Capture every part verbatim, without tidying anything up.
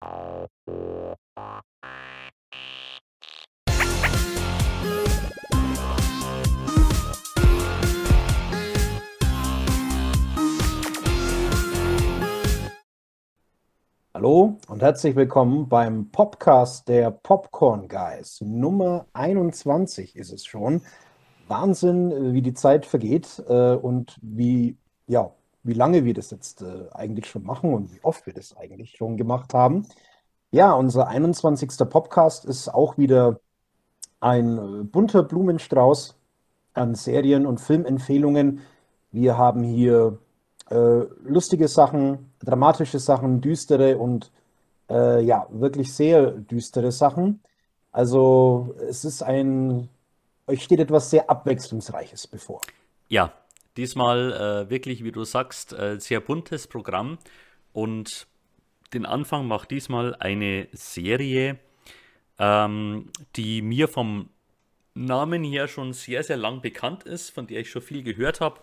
Hallo und herzlich willkommen beim Podcast der Popcorn Guys. Nummer einundzwanzig ist es schon. Wahnsinn, äh, wie die Zeit vergeht äh, und wie, ja, wie lange wir das jetzt äh, eigentlich schon machen und wie oft wir das eigentlich schon gemacht haben. Ja, unser einundzwanzigster. Podcast ist auch wieder ein äh, bunter Blumenstrauß an Serien- und Filmempfehlungen. Wir haben hier äh, lustige Sachen, dramatische Sachen, düstere und äh, ja, wirklich sehr düstere Sachen. Also es ist ein, euch steht etwas sehr Abwechslungsreiches bevor. Ja, diesmal äh, wirklich, wie du sagst, äh, sehr buntes Programm und den Anfang macht diesmal eine Serie, ähm, die mir vom Namen her schon sehr, sehr lang bekannt ist, von der ich schon viel gehört habe,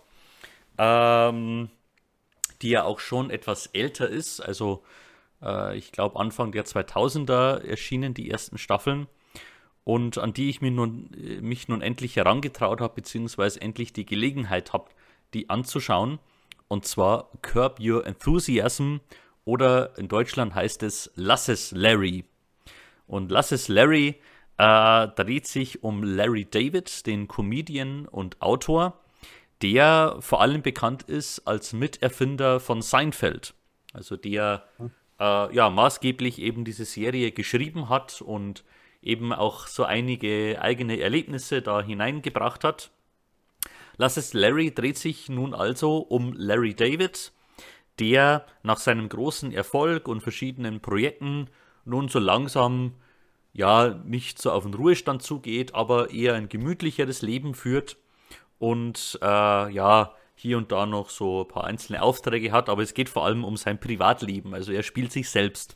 ähm, die ja auch schon etwas älter ist, also äh, ich glaube Anfang der zweitausender erschienen die ersten Staffeln und an die ich mich nun, äh, mich nun endlich herangetraut habe, beziehungsweise endlich die Gelegenheit habe, die anzuschauen. Und zwar Curb Your Enthusiasm oder in Deutschland heißt es Lass es Larry. Und Lass es Larry äh, dreht sich um Larry David, den Comedian und Autor, der vor allem bekannt ist als Miterfinder von Seinfeld. Also der äh, ja maßgeblich eben diese Serie geschrieben hat und eben auch so einige eigene Erlebnisse da hineingebracht hat. Lass es Larry dreht sich nun also um Larry David, der nach seinem großen Erfolg und verschiedenen Projekten nun so langsam ja nicht so auf den Ruhestand zugeht, aber eher ein gemütlicheres Leben führt und äh, ja hier und da noch so ein paar einzelne Aufträge hat, aber es geht vor allem um sein Privatleben, also er spielt sich selbst.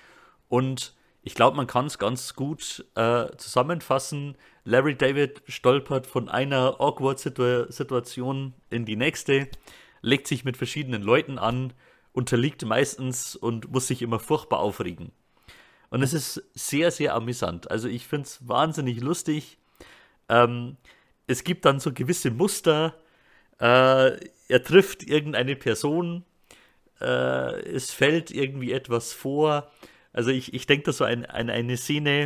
Und ich glaube, man kann es ganz gut äh, zusammenfassen. Larry David stolpert von einer awkward Situ Situation in die nächste, legt sich mit verschiedenen Leuten an, unterliegt meistens und muss sich immer furchtbar aufregen. Und es ist sehr, sehr amüsant. Also ich finde es wahnsinnig lustig. Ähm, Es gibt dann so gewisse Muster. Äh, Er trifft irgendeine Person, äh, es fällt irgendwie etwas vor. Also ich, ich denke da so an, an eine Szene,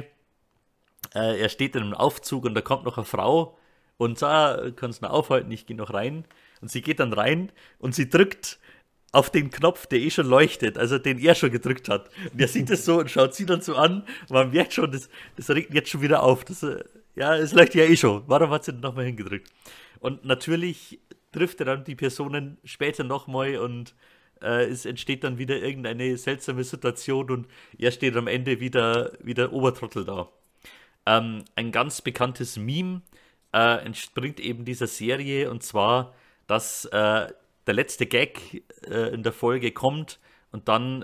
äh, er steht in einem Aufzug und da kommt noch eine Frau und da kannst du noch aufhalten, ich gehe noch rein. Und sie geht dann rein und sie drückt auf den Knopf, der eh schon leuchtet, also den er schon gedrückt hat. Und er sieht es so und schaut sie dann so an und man merkt schon, das, das regt jetzt schon wieder auf. Das, äh, ja, es leuchtet ja eh schon. Warum hat sie denn nochmal hingedrückt? Und natürlich trifft er dann die Personen später nochmal und äh, es entsteht dann wieder irgendeine seltsame Situation und er steht am Ende wieder, wieder Obertrottel da. Ähm, ein ganz bekanntes Meme äh, entspringt eben dieser Serie und zwar, dass äh, der letzte Gag äh, in der Folge kommt und dann,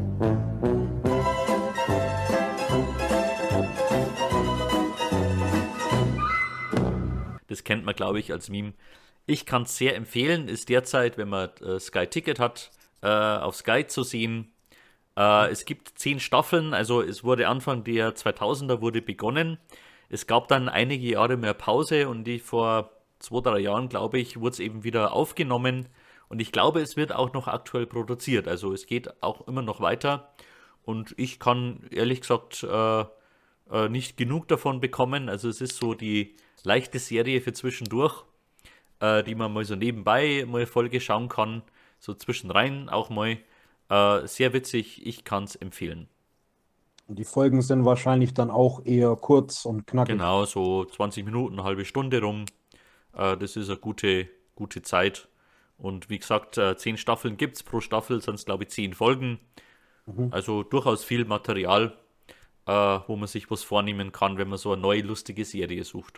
das kennt man glaube ich als Meme. Ich kann es sehr empfehlen, ist derzeit, wenn man äh, Sky Ticket hat, äh, auf Sky zu sehen. Äh, es gibt zehn Staffeln, also es wurde Anfang der zweitausender wurde begonnen. Es gab dann einige Jahre mehr Pause und die vor zwei, drei Jahren, glaube ich, wurde es eben wieder aufgenommen. Und ich glaube, es wird auch noch aktuell produziert. Also es geht auch immer noch weiter. Und ich kann ehrlich gesagt äh, äh, nicht genug davon bekommen. Also es ist so die leichte Serie für zwischendurch, äh, die man mal so nebenbei mal eine Folge schauen kann. So zwischenrein auch mal. Äh, sehr witzig, ich kann es empfehlen. Und die Folgen sind wahrscheinlich dann auch eher kurz und knackig. Genau, so zwanzig Minuten, eine halbe Stunde rum. Äh, das ist eine gute, gute Zeit. Und wie gesagt, äh, zehn Staffeln gibt es. Pro Staffel sind es, glaube ich, zehn Folgen. Mhm. Also durchaus viel Material, äh, wo man sich was vornehmen kann, wenn man so eine neue, lustige Serie sucht.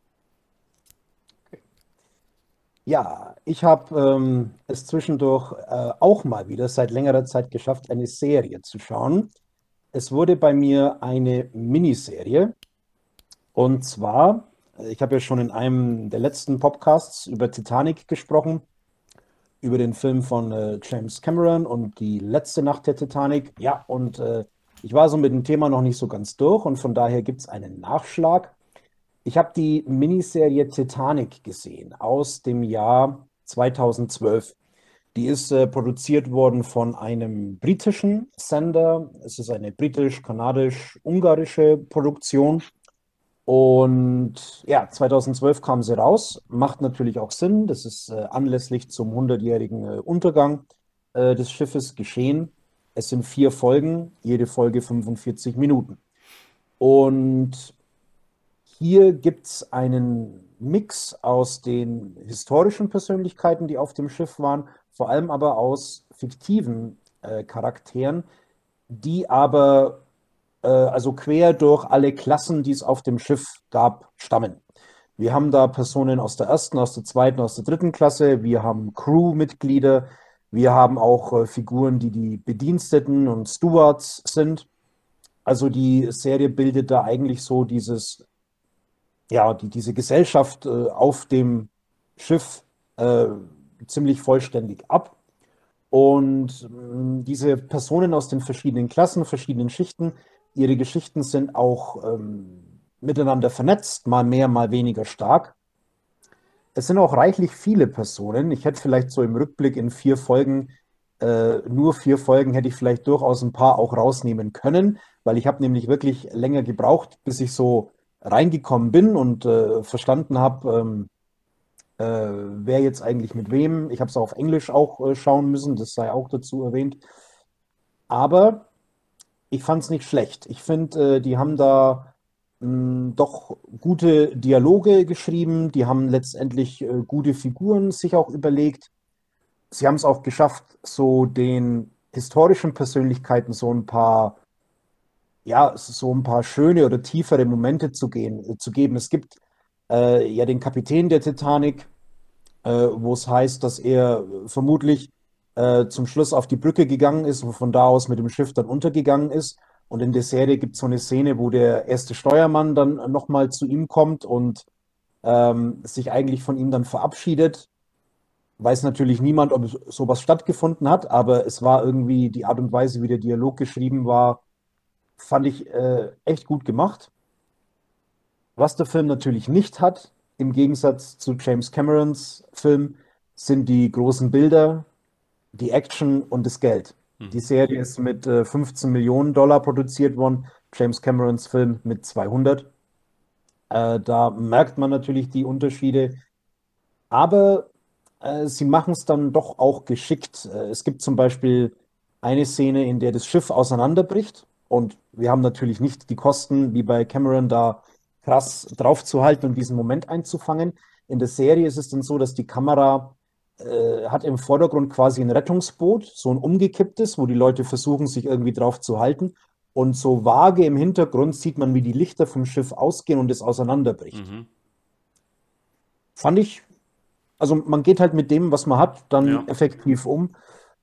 Ja, ich habe ähm, es zwischendurch äh, auch mal wieder seit längerer Zeit geschafft, eine Serie zu schauen. Es wurde bei mir eine Miniserie. Und zwar, äh, ich habe ja schon in einem der letzten Podcasts über Titanic gesprochen, über den Film von äh, James Cameron und die letzte Nacht der Titanic. Ja, und äh, Ich war so mit dem Thema noch nicht so ganz durch und von daher gibt es einen Nachschlag. Ich habe die Miniserie Titanic gesehen aus dem Jahr zweitausendzwölf. Die ist äh, produziert worden von einem britischen Sender. Es ist eine britisch-kanadisch-ungarische Produktion. Und ja, zweitausendzwölf kam sie raus. Macht natürlich auch Sinn. Das ist äh, anlässlich zum hundertjährigen äh, Untergang äh, des Schiffes geschehen. Es sind vier Folgen, jede Folge fünfundvierzig Minuten. Und hier gibt es einen Mix aus den historischen Persönlichkeiten, die auf dem Schiff waren, vor allem aber aus fiktiven äh, Charakteren, die aber äh, also quer durch alle Klassen, die es auf dem Schiff gab, stammen. Wir haben da Personen aus der ersten, aus der zweiten, aus der dritten Klasse. Wir haben Crewmitglieder. Wir haben auch äh, Figuren, die die Bediensteten und Stewards sind. Also die Serie bildet da eigentlich so dieses, ja, die, diese Gesellschaft äh, auf dem Schiff äh, ziemlich vollständig ab. Und mh, diese Personen aus den verschiedenen Klassen, verschiedenen Schichten, ihre Geschichten sind auch ähm, miteinander vernetzt, mal mehr, mal weniger stark. Es sind auch reichlich viele Personen. Ich hätte vielleicht so im Rückblick in vier Folgen, äh, nur vier Folgen, hätte ich vielleicht durchaus ein paar auch rausnehmen können, weil ich habe nämlich wirklich länger gebraucht, bis ich so reingekommen bin und äh, verstanden habe, ähm, äh, wer jetzt eigentlich mit wem. Ich habe es auf Englisch auch äh, schauen müssen, das sei auch dazu erwähnt. Aber ich fand es nicht schlecht. Ich finde, äh, die haben da mh, doch gute Dialoge geschrieben. Die haben letztendlich äh, gute Figuren sich auch überlegt. Sie haben es auch geschafft, so den historischen Persönlichkeiten so ein paar, ja, so ein paar schöne oder tiefere Momente zu gehen, äh, zu geben. Es gibt äh, ja den Kapitän der Titanic, äh, wo es heißt, dass er vermutlich äh, zum Schluss auf die Brücke gegangen ist und von da aus mit dem Schiff dann untergegangen ist. Und in der Serie gibt es so eine Szene, wo der erste Steuermann dann nochmal zu ihm kommt und ähm, sich eigentlich von ihm dann verabschiedet. Weiß natürlich niemand, ob sowas stattgefunden hat, aber es war irgendwie die Art und Weise, wie der Dialog geschrieben war, fand ich äh, echt gut gemacht. Was der Film natürlich nicht hat, im Gegensatz zu James Camerons Film, sind die großen Bilder, die Action und das Geld. Die Mhm. Serie ist mit äh, fünfzehn Millionen Dollar produziert worden, James Camerons Film mit zweihundert. Äh, da merkt man natürlich die Unterschiede, aber äh, sie machen es dann doch auch geschickt. Äh, es gibt zum Beispiel eine Szene, in der das Schiff auseinanderbricht und wir haben natürlich nicht die Kosten, wie bei Cameron, da krass draufzuhalten und diesen Moment einzufangen. In der Serie ist es dann so, dass die Kamera äh, hat im Vordergrund quasi ein Rettungsboot, so ein umgekipptes, wo die Leute versuchen, sich irgendwie drauf zu halten. Und so vage im Hintergrund sieht man, wie die Lichter vom Schiff ausgehen und es auseinanderbricht. Mhm. Fand ich, also man geht halt mit dem, was man hat, dann Ja. effektiv um.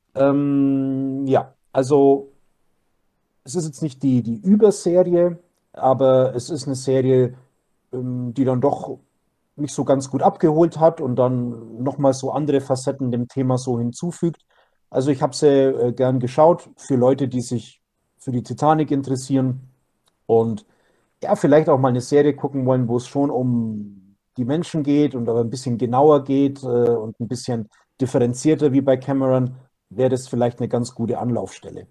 Ähm, ja, also es ist jetzt nicht die, die Überserie, aber es ist eine Serie, ähm, die dann doch mich so ganz gut abgeholt hat und dann nochmal so andere Facetten dem Thema so hinzufügt. Also ich habe sie äh, gern geschaut für Leute, die sich für die Titanic interessieren und ja, vielleicht auch mal eine Serie gucken wollen, wo es schon um die Menschen geht und aber ein bisschen genauer geht äh, und ein bisschen differenzierter wie bei Cameron, wäre das vielleicht eine ganz gute Anlaufstelle.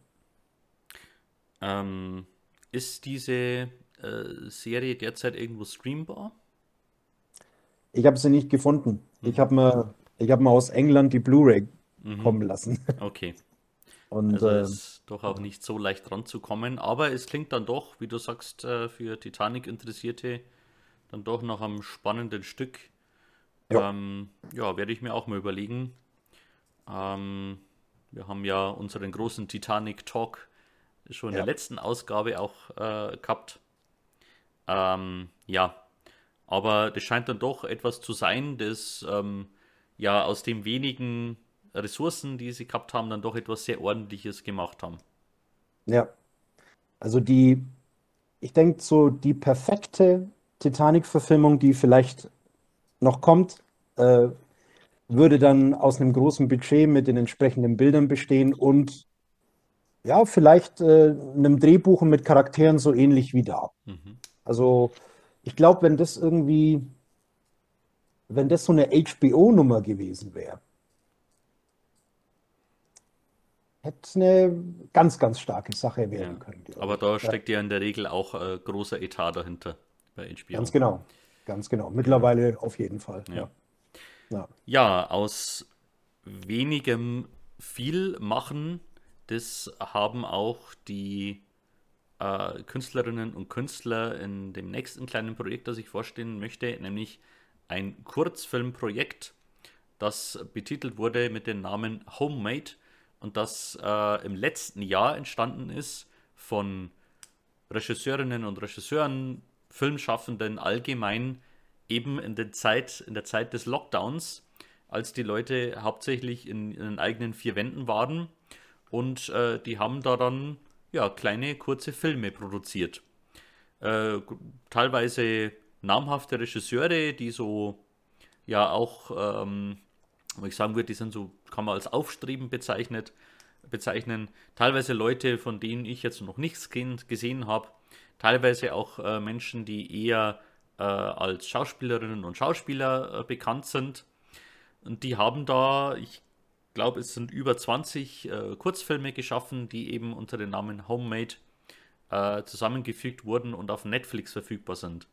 Ähm, ist diese äh, Serie derzeit irgendwo streambar? Ich habe sie nicht gefunden. Ich Mhm. habe mir, ich hab mir aus England die Blu-ray Mhm. kommen lassen. Okay. Und Also äh, ist doch auch nicht so leicht ranzukommen, aber es klingt dann doch, wie du sagst, äh, für Titanic-Interessierte dann doch noch am spannenden Stück. ja, Ähm, ja, werde ich mir auch mal überlegen. Ähm, Wir haben ja unseren großen Titanic-Talk schon in der ja. letzten Ausgabe auch äh, gehabt. Ähm, ja, aber das scheint dann doch etwas zu sein, das ähm, ja aus den wenigen Ressourcen, die sie gehabt haben, dann doch etwas sehr Ordentliches gemacht haben. Ja, also die, ich denke, so die perfekte Titanic-Verfilmung, die vielleicht noch kommt, äh, würde dann aus einem großen Budget mit den entsprechenden Bildern bestehen und ja, vielleicht äh, einem Drehbuch und mit Charakteren so ähnlich wie da. Mhm. Also ich glaube, wenn das irgendwie, wenn das so eine H B O-Nummer gewesen wäre, hätte es eine ganz, ganz starke Sache werden Ja. können, glaube Aber ich. da Ja, steckt ja in der Regel auch äh, großer Etat dahinter bei ganz H B O. genau. Ganz genau. Genau. Mittlerweile auf jeden Fall. Ja. Ja. Ja. Ja, aus wenigem viel machen, das haben auch die äh, Künstlerinnen und Künstler in dem nächsten kleinen Projekt, das ich vorstellen möchte, nämlich ein Kurzfilmprojekt, das betitelt wurde mit dem Namen Homemade und das äh, im letzten Jahr entstanden ist von Regisseurinnen und Regisseuren, Filmschaffenden allgemein, eben in der Zeit, in der Zeit des Lockdowns, als die Leute hauptsächlich in ihren eigenen vier Wänden waren und äh, die haben da dann ja kleine kurze Filme produziert. Äh, teilweise namhafte Regisseure, die so ja auch, ähm, wo ich sagen würde, die sind so, kann man als aufstrebend bezeichnet, bezeichnen. Teilweise Leute, von denen ich jetzt noch nichts gesehen habe. Teilweise auch äh, Menschen, die eher äh, als Schauspielerinnen und Schauspieler äh, bekannt sind. Und die haben da, ich glaube, es sind über zwanzig äh, Kurzfilme geschaffen, die eben unter dem Namen Homemade äh, zusammengefügt wurden und auf Netflix verfügbar sind.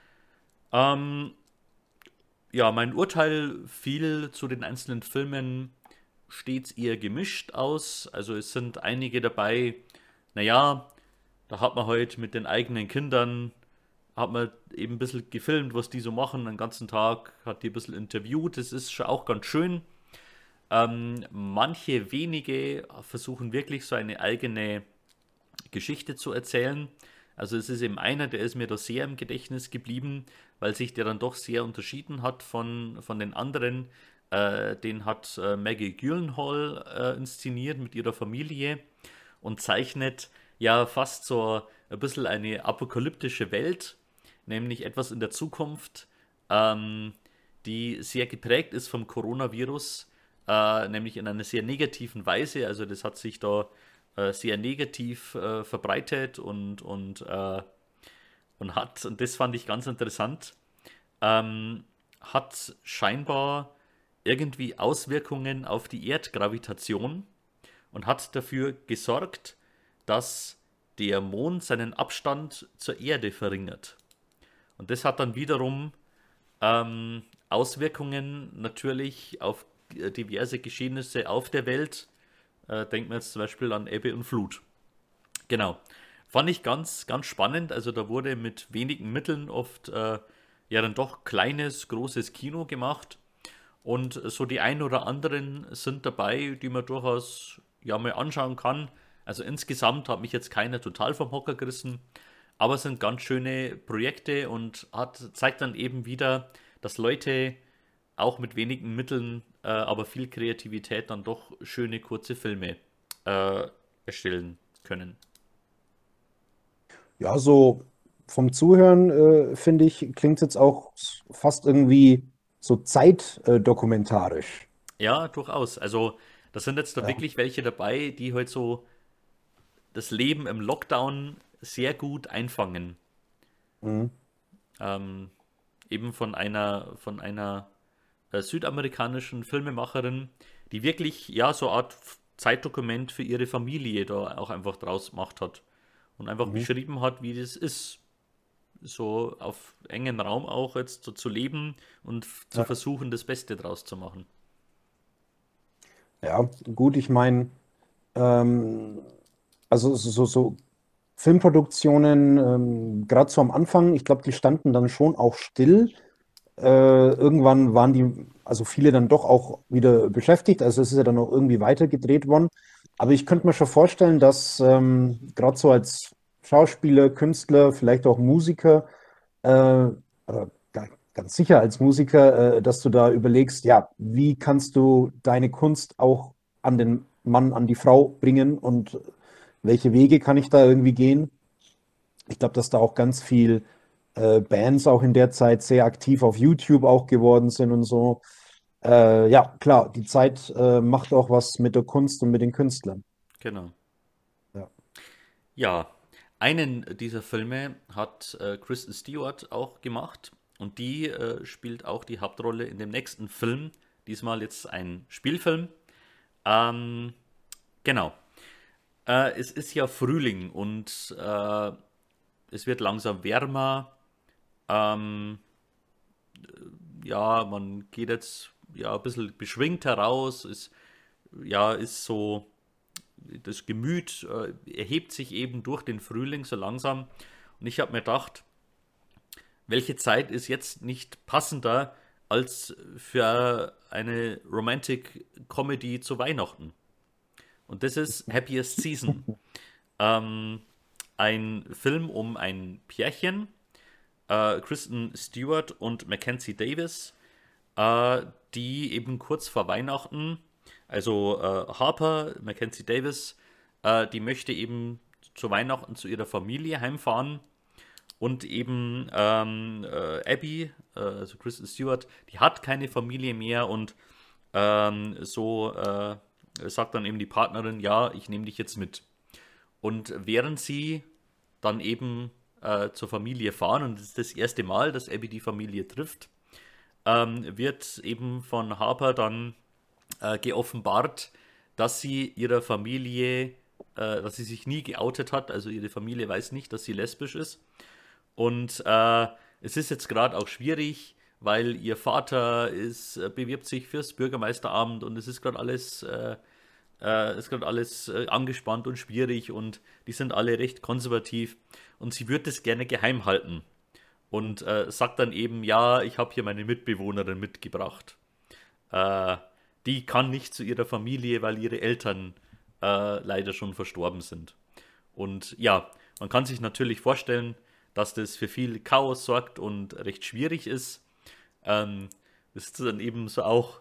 Ähm, ja, mein Urteil fiel zu den einzelnen Filmen stets eher gemischt aus. Also es sind einige dabei, naja, da hat man heute mit den eigenen Kindern, hat man eben ein bisschen gefilmt, was die so machen, den ganzen Tag, hat die ein bisschen interviewt, das ist schon auch ganz schön. Ähm, manche wenige versuchen wirklich so eine eigene Geschichte zu erzählen. Also es ist eben einer, der ist mir da sehr im Gedächtnis geblieben, weil sich der dann doch sehr unterschieden hat von, von den anderen. Äh, den hat äh, Maggie Gyllenhaal äh, inszeniert mit ihrer Familie und zeichnet ja fast so ein bisschen eine apokalyptische Welt, nämlich etwas in der Zukunft, ähm, die sehr geprägt ist vom Coronavirus, äh, nämlich in einer sehr negativen Weise. Also das hat sich da äh, sehr negativ äh, verbreitet und, und, äh, und hat, und das fand ich ganz interessant, ähm, hat scheinbar irgendwie Auswirkungen auf die Erdgravitation und hat dafür gesorgt, dass der Mond seinen Abstand zur Erde verringert. Und das hat dann wiederum ähm, Auswirkungen natürlich auf äh, diverse Geschehnisse auf der Welt. Äh, denkt man jetzt zum Beispiel an Ebbe und Flut. Genau. Fand ich ganz, ganz spannend. Also da wurde mit wenigen Mitteln oft äh, ja dann doch kleines, großes Kino gemacht. Und so die ein oder anderen sind dabei, die man durchaus ja mal anschauen kann. Also insgesamt hat mich jetzt keiner total vom Hocker gerissen, aber es sind ganz schöne Projekte und hat, zeigt dann eben wieder, dass Leute auch mit wenigen Mitteln, äh, aber viel Kreativität dann doch schöne kurze Filme äh, erstellen können. Ja, so vom Zuhören, äh, finde ich, klingt es jetzt auch fast irgendwie so zeitdokumentarisch. Ja, durchaus. Also da sind jetzt da Ja. wirklich welche dabei, die halt so das Leben im Lockdown sehr gut einfangen. Mhm. Ähm, eben von einer, von einer äh, südamerikanischen Filmemacherin, die wirklich, ja, so eine Art Zeitdokument für ihre Familie da auch einfach draus gemacht hat. Und einfach Mhm. beschrieben hat, wie das ist, so auf engen Raum auch jetzt so zu leben und zu Ja. versuchen, das Beste draus zu machen. Ja, gut, ich meine, ähm, also so, so so Filmproduktionen, ähm, gerade so am Anfang, ich glaube, die standen dann schon auch still. Äh, irgendwann waren die, also viele dann doch auch wieder beschäftigt. Also es ist ja dann auch irgendwie weitergedreht worden. Aber ich könnte mir schon vorstellen, dass ähm, gerade so als Schauspieler, Künstler, vielleicht auch Musiker, äh, oder ga- ganz sicher als Musiker, äh, dass du da überlegst, ja, wie kannst du deine Kunst auch an den Mann, an die Frau bringen und welche Wege kann ich da irgendwie gehen? Ich glaube, dass da auch ganz viel äh, Bands auch in der Zeit sehr aktiv auf YouTube auch geworden sind und so. Äh, ja, klar, die Zeit äh, macht auch was mit der Kunst und mit den Künstlern. Genau. Ja, einen dieser Filme hat äh, Kristen Stewart auch gemacht und die äh, spielt auch die Hauptrolle in dem nächsten Film. Diesmal jetzt ein Spielfilm. Ähm, genau. Äh, es ist ja Frühling und äh, es wird langsam wärmer. Ähm, ja, man geht jetzt ja ein bisschen beschwingt heraus. Es ja, ist so, das Gemüt äh, erhebt sich eben durch den Frühling so langsam. Und ich habe mir gedacht, welche Zeit ist jetzt nicht passender als für eine Romantic Comedy zu Weihnachten? Und das ist Happiest Season. Ähm, ein Film um ein Pärchen, äh, Kristen Stewart und Mackenzie Davis, äh, die eben kurz vor Weihnachten, also äh, Harper, Mackenzie Davis, äh, die möchte eben zu Weihnachten zu ihrer Familie heimfahren und eben ähm, äh, Abby, äh, also Kristen Stewart, die hat keine Familie mehr und ähm, so äh, sagt dann eben die Partnerin, ja, ich nehme dich jetzt mit. Und während sie dann eben äh, zur Familie fahren, und das ist das erste Mal, dass Abby die Familie trifft, ähm, wird eben von Harper dann äh, geoffenbart, dass sie ihrer Familie, äh, dass sie sich nie geoutet hat, also ihre Familie weiß nicht, dass sie lesbisch ist. Und äh, es ist jetzt gerade auch schwierig, weil ihr Vater ist, äh, bewirbt sich fürs Bürgermeisteramt und es ist gerade alles, äh, äh, ist gerade alles äh, angespannt und schwierig und die sind alle recht konservativ und sie würde es gerne geheim halten und äh, sagt dann eben, ja, ich habe hier meine Mitbewohnerin mitgebracht. Äh, Die kann nicht zu ihrer Familie, weil ihre Eltern äh, leider schon verstorben sind. Und ja, man kann sich natürlich vorstellen, dass das für viel Chaos sorgt und recht schwierig ist. Ähm, Das ist dann eben so auch,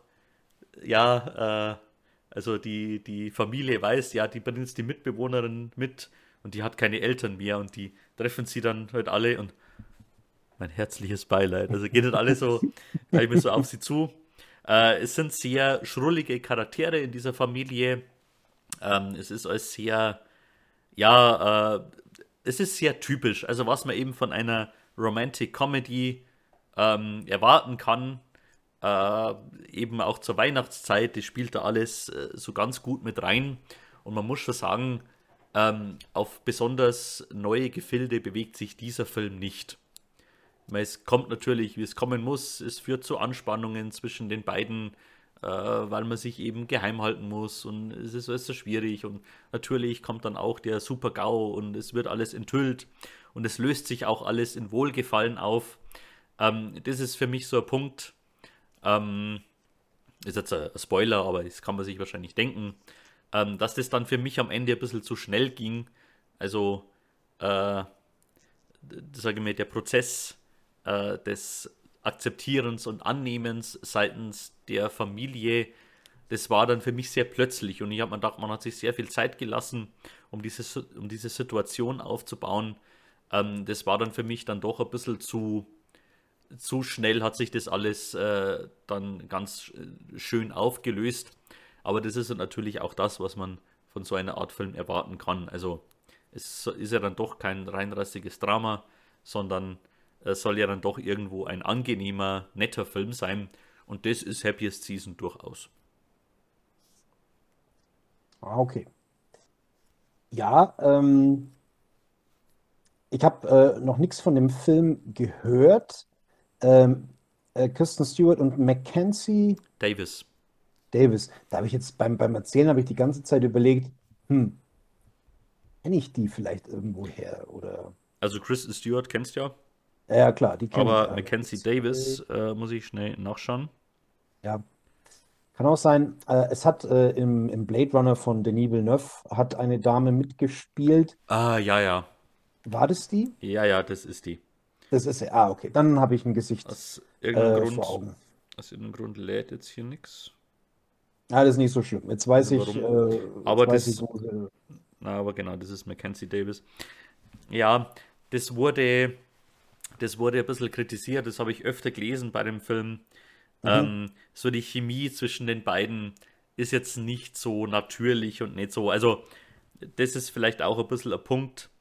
ja, äh, also die, die Familie weiß, ja, die bringt jetzt die Mitbewohnerin mit und die hat keine Eltern mehr und die treffen sie dann halt alle und mein herzliches Beileid. Also geht halt alle so, gleich mir so auf sie zu. Äh, es sind sehr schrullige Charaktere in dieser Familie. Ähm, es ist alles sehr, ja, äh, es ist sehr typisch. Also was man eben von einer Romantic Comedy ähm, erwarten kann, äh, eben auch zur Weihnachtszeit, das spielt da alles äh, so ganz gut mit rein. Und man muss schon sagen, ähm, auf besonders neue Gefilde bewegt sich dieser Film nicht. Weil es kommt natürlich, wie es kommen muss. Es führt zu Anspannungen zwischen den beiden, äh, weil man sich eben geheim halten muss und es ist alles so schwierig. Und natürlich kommt dann auch der Super-GAU und es wird alles enthüllt und es löst sich auch alles in Wohlgefallen auf. Ähm, das ist für mich so ein Punkt, ähm, ist jetzt ein Spoiler, aber das kann man sich wahrscheinlich denken, ähm, dass das dann für mich am Ende ein bisschen zu schnell ging. Also, äh, sage ich mal, der Prozess äh, des Akzeptierens und Annehmens seitens der Familie, das war dann für mich sehr plötzlich und ich habe mir gedacht, man hat sich sehr viel Zeit gelassen, um diese, um diese Situation aufzubauen. Ähm, das war dann für mich dann doch ein bisschen zu, zu schnell, hat sich das alles äh, dann ganz äh, schön aufgelöst. Aber das ist natürlich auch das, was man von so einer Art Film erwarten kann. Also es ist ja dann doch kein reinrassiges Drama, sondern es soll ja dann doch irgendwo ein angenehmer, netter Film sein. Und das ist Happiest Season durchaus. Ah, okay. Ja, ähm, ich habe äh, noch nichts von dem Film gehört. Ähm, äh, Kristen Stewart und Mackenzie Davis. Davis. Da habe ich jetzt beim, beim Erzählen habe ich die ganze Zeit überlegt, hm, kenne ich die vielleicht irgendwoher? Oder Also Kristen Stewart kennst du ja. ja, ja, klar, die kenne ich. Aber Aber Mackenzie jetzt, äh, Davis, äh, muss ich schnell nachschauen. ja, kann auch sein. Äh, es hat äh, im, im Blade Runner von Denis Villeneuve hat eine Dame mitgespielt. Ah, ja, ja. War das die? Ja, ja, das ist die. Das ist sie. Ah, okay. Dann habe ich ein Gesicht Aus irgendeinem äh, vor Grund, Augen. aus irgendeinem Grund lädt jetzt hier nichts. Ah, das ist nicht so schlimm. Jetzt weiß Oder ich, warum? äh, jetzt Aber weiß ich, das, wo sie. na, aber genau, das ist Mackenzie Davis. Ja, das wurde, das wurde ein bisschen kritisiert, das habe ich öfter gelesen bei dem Film. Mhm. Ähm, so die Chemie zwischen den beiden ist jetzt nicht so natürlich und nicht so. Also, das ist vielleicht auch ein bisschen ein Punkt,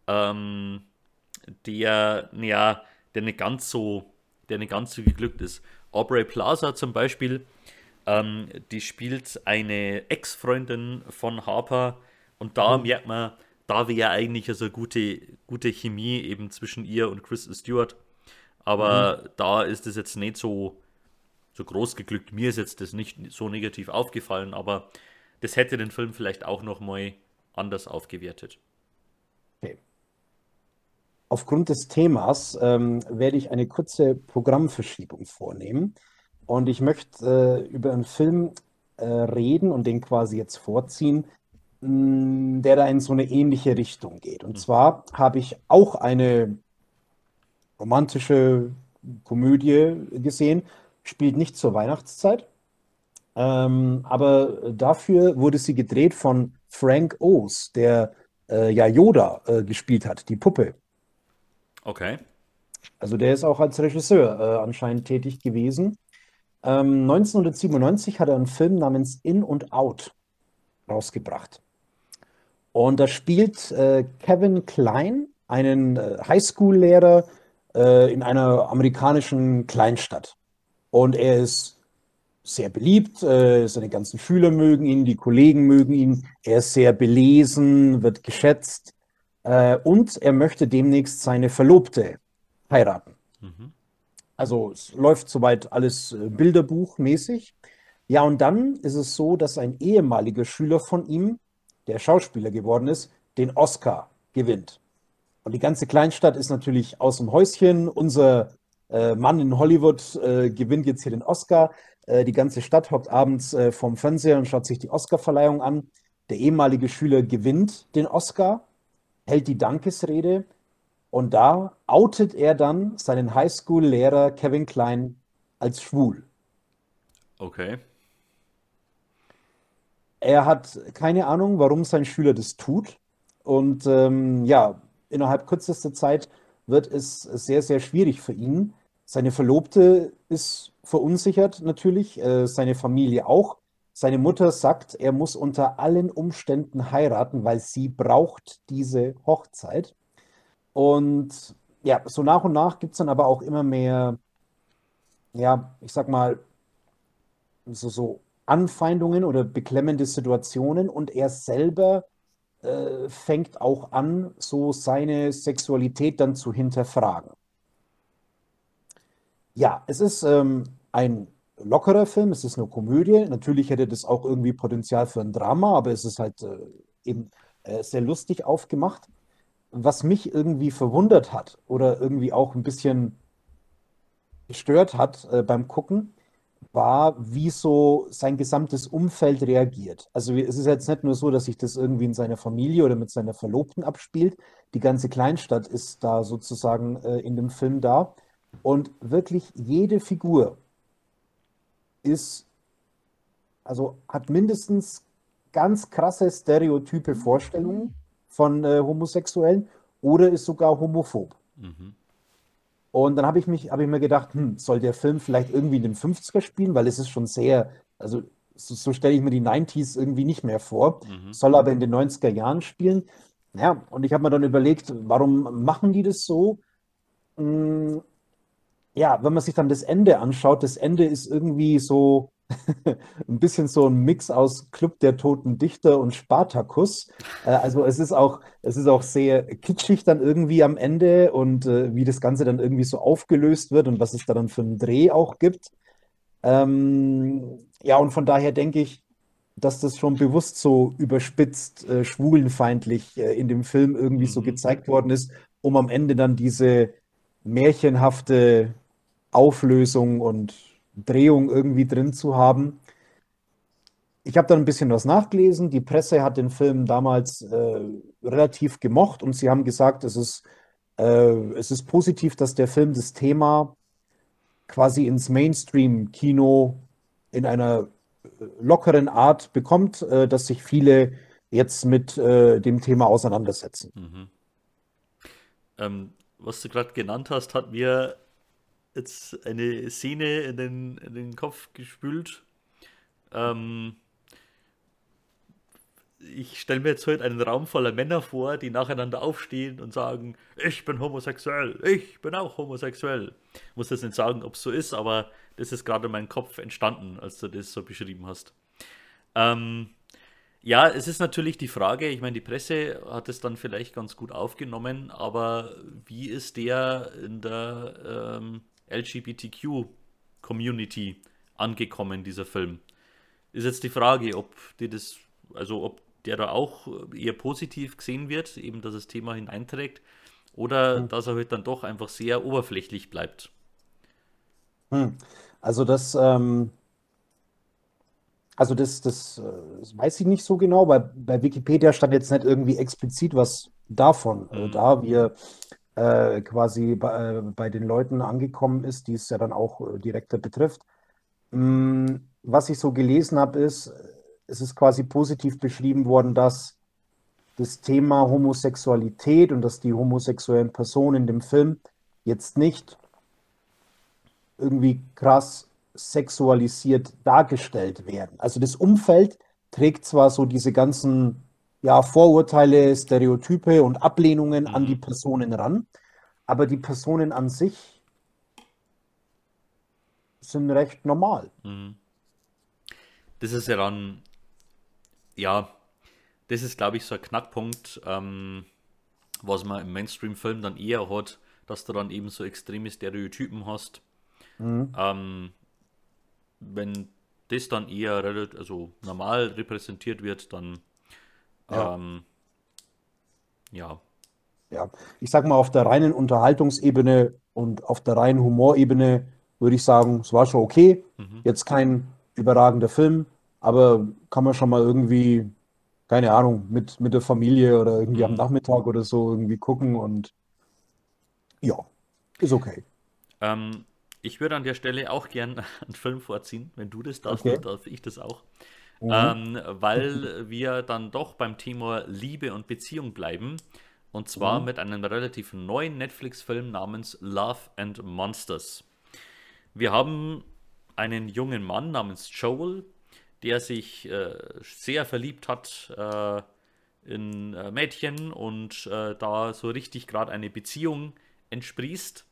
ähm, der, ja, der nicht ganz so, der nicht ganz so geglückt ist. Aubrey Plaza zum Beispiel, ähm, die spielt eine Ex-Freundin von Harper und da Mhm. merkt man, da wäre eigentlich also gute, gute Chemie eben zwischen ihr und Kristen Stewart. Mhm. Aber da ist es jetzt nicht so, so groß geglückt. Mir ist jetzt das nicht so negativ aufgefallen, aber das hätte den Film vielleicht auch nochmal anders aufgewertet. Okay. Aufgrund des Themas ähm, werde ich eine kurze Programmverschiebung vornehmen. Und ich möchte äh, über einen Film äh, reden und den quasi jetzt vorziehen, mh, der da in so eine ähnliche Richtung geht. Und Mhm. zwar habe ich auch eine romantische Komödie gesehen, spielt nicht zur Weihnachtszeit, ähm, aber dafür wurde sie gedreht von Frank Oz, der äh, ja Yoda äh, gespielt hat, die Puppe. Okay. Also der ist auch als Regisseur äh, anscheinend tätig gewesen. Ähm, neunzehnhundertsiebenundneunzig hat er einen Film namens In und Out rausgebracht. Und da spielt äh, Kevin Kline einen äh, Highschool-Lehrer äh, in einer amerikanischen Kleinstadt. Und er ist sehr beliebt, äh, seine ganzen Schüler mögen ihn, die Kollegen mögen ihn, er ist sehr belesen, wird geschätzt äh, und er möchte demnächst seine Verlobte heiraten. Mhm. Also es läuft soweit alles äh, bilderbuchmäßig. Ja, und dann ist es so, dass ein ehemaliger Schüler von ihm, der Schauspieler geworden ist, den Oscar gewinnt. Und die ganze Kleinstadt ist natürlich aus dem Häuschen. Unser äh, Mann in Hollywood äh, gewinnt jetzt hier den Oscar. Äh, die ganze Stadt hockt abends äh, vorm Fernseher und schaut sich die Oscarverleihung an. Der ehemalige Schüler gewinnt den Oscar, hält die Dankesrede und da outet er dann seinen Highschool-Lehrer Kevin Kline als schwul. Okay. Er hat keine Ahnung, warum sein Schüler das tut. Und ähm, ja, innerhalb kürzester Zeit wird es sehr, sehr schwierig für ihn. Seine Verlobte ist verunsichert natürlich, äh, seine Familie auch. Seine Mutter sagt, er muss unter allen Umständen heiraten, weil sie braucht diese Hochzeit. Und ja, so nach und nach gibt es dann aber auch immer mehr, ja, ich sag mal, so, so Anfeindungen oder beklemmende Situationen und er selber äh, fängt auch an, so seine Sexualität dann zu hinterfragen. Ja, es ist ähm, ein lockerer Film, es ist eine Komödie. Natürlich hätte das auch irgendwie Potenzial für ein Drama, aber es ist halt äh, eben äh, sehr lustig aufgemacht. Was mich irgendwie verwundert hat oder irgendwie auch ein bisschen gestört hat äh, beim Gucken, war, wie so sein gesamtes Umfeld reagiert. Also es ist jetzt nicht nur so, dass sich das irgendwie in seiner Familie oder mit seiner Verlobten abspielt. Die ganze Kleinstadt ist da sozusagen äh, in dem Film da. Und wirklich jede Figur ist, also hat mindestens ganz krasse stereotype Vorstellungen von äh, Homosexuellen oder ist sogar homophob. Mhm. Und dann habe ich mich, habe ich mir gedacht, hm, soll der Film vielleicht irgendwie in den fünfziger spielen, weil es ist schon sehr, also so, so stelle ich mir die neunziger irgendwie nicht mehr vor, Mhm. soll aber in den neunziger Jahren spielen. Ja, und ich habe mir dann überlegt, warum machen die das so? Hm, ja, wenn man sich dann das Ende anschaut, das Ende ist irgendwie so ein bisschen so ein Mix aus Club der Toten Dichter und Spartacus. Äh, also es ist auch, es ist auch sehr kitschig dann irgendwie am Ende und äh, wie das Ganze dann irgendwie so aufgelöst wird und was es da dann für einen Dreh auch gibt. Ähm, ja, und von daher denke ich, dass das schon bewusst so überspitzt, äh, schwulenfeindlich äh, in dem Film irgendwie so Mhm. gezeigt worden ist, um am Ende dann diese märchenhafte Auflösung und Drehung irgendwie drin zu haben. Ich habe dann ein bisschen was nachgelesen. Die Presse hat den Film damals äh, relativ gemocht und sie haben gesagt, es ist, äh, es ist positiv, dass der Film das Thema quasi ins Mainstream-Kino in einer äh, lockeren Art bekommt, äh, dass sich viele jetzt mit äh, dem Thema auseinandersetzen. Mhm. Ähm, was du gerade genannt hast, hat mir jetzt eine Szene in den, in den Kopf gespült. Ähm, ich stelle mir jetzt halt einen Raum voller Männer vor, die nacheinander aufstehen und sagen, ich bin homosexuell, ich bin auch homosexuell. Ich muss jetzt nicht sagen, ob es so ist, aber das ist gerade in meinem Kopf entstanden, als du das so beschrieben hast. Ähm, ja, es ist natürlich die Frage, ich meine, die Presse hat es dann vielleicht ganz gut aufgenommen, aber wie ist der in der ähm, L G B T Q-Community angekommen, dieser Film? Ist jetzt die Frage, ob die das, also ob der da auch eher positiv gesehen wird, eben dass das Thema hineinträgt, oder Hm. dass er halt dann doch einfach sehr oberflächlich bleibt. Hm. Also das, ähm, also das, das, äh, das weiß ich nicht so genau, weil bei Wikipedia stand jetzt nicht irgendwie explizit was davon, äh, Hm, da wir äh, quasi bei, äh, bei den Leuten angekommen ist, die es ja dann auch äh, direkter betrifft. Mm, Was ich so gelesen habe, ist, äh, es ist quasi positiv beschrieben worden, dass das Thema Homosexualität und dass die homosexuellen Personen in dem Film jetzt nicht irgendwie krass sexualisiert dargestellt werden. Also das Umfeld trägt zwar so diese ganzen ja, Vorurteile, Stereotype und Ablehnungen an die mhm, Personen ran, aber die Personen an sich sind recht normal. mhm. Das ist ja dann, ja, das ist glaube ich so ein Knackpunkt, ähm, was man im Mainstream-Film dann eher hat, dass du dann eben so extreme Stereotypen hast. Mhm. Ähm, wenn das dann eher relativ, also normal repräsentiert wird, dann Ja, ähm, ja. ja. Ich sag mal, auf der reinen Unterhaltungsebene und auf der reinen Humorebene würde ich sagen, es war schon okay. Mhm, Jetzt kein überragender Film, aber kann man schon mal irgendwie, keine Ahnung, mit, mit der Familie oder irgendwie am mhm. Nachmittag oder so irgendwie gucken und ja, ist okay. Ähm, ich würde an der Stelle auch gern einen Film vorziehen. Wenn du das darfst, Okay. dann darf ich das auch. Mhm. Ähm, weil wir dann doch beim Thema Liebe und Beziehung bleiben. Und zwar Mhm. mit einem relativ neuen Netflix-Film namens Love and Monsters. Wir haben einen jungen Mann namens Joel, der sich äh, sehr verliebt hat äh, in äh, Mädchen und äh, da so richtig gerade eine Beziehung entsprießt.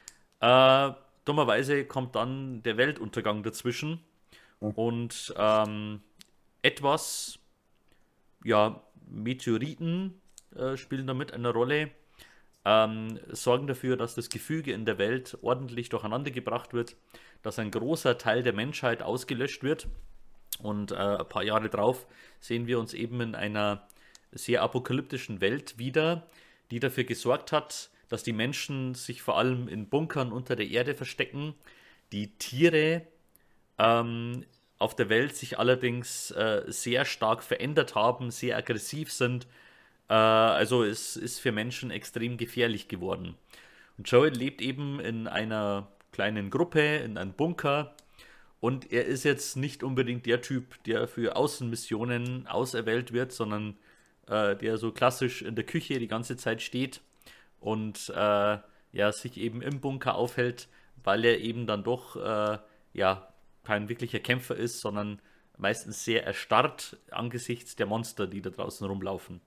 Äh, dummerweise kommt dann der Weltuntergang dazwischen und ähm, etwas, ja, Meteoriten äh, spielen damit eine Rolle, ähm, sorgen dafür, dass das Gefüge in der Welt ordentlich durcheinander gebracht wird, dass ein großer Teil der Menschheit ausgelöscht wird und äh, ein paar Jahre drauf sehen wir uns eben in einer sehr apokalyptischen Welt wieder, die dafür gesorgt hat, dass die Menschen sich vor allem in Bunkern unter der Erde verstecken, die Tiere ähm, auf der Welt sich allerdings äh, sehr stark verändert haben, sehr aggressiv sind. Äh, also es ist für Menschen extrem gefährlich geworden. Und Joel lebt eben in einer kleinen Gruppe, in einem Bunker. Und er ist jetzt nicht unbedingt der Typ, der für Außenmissionen auserwählt wird, sondern äh, der so klassisch in der Küche die ganze Zeit steht und äh, ja, sich eben im Bunker aufhält, weil er eben dann doch äh, ja, kein wirklicher Kämpfer ist, sondern meistens sehr erstarrt angesichts der Monster, die da draußen rumlaufen.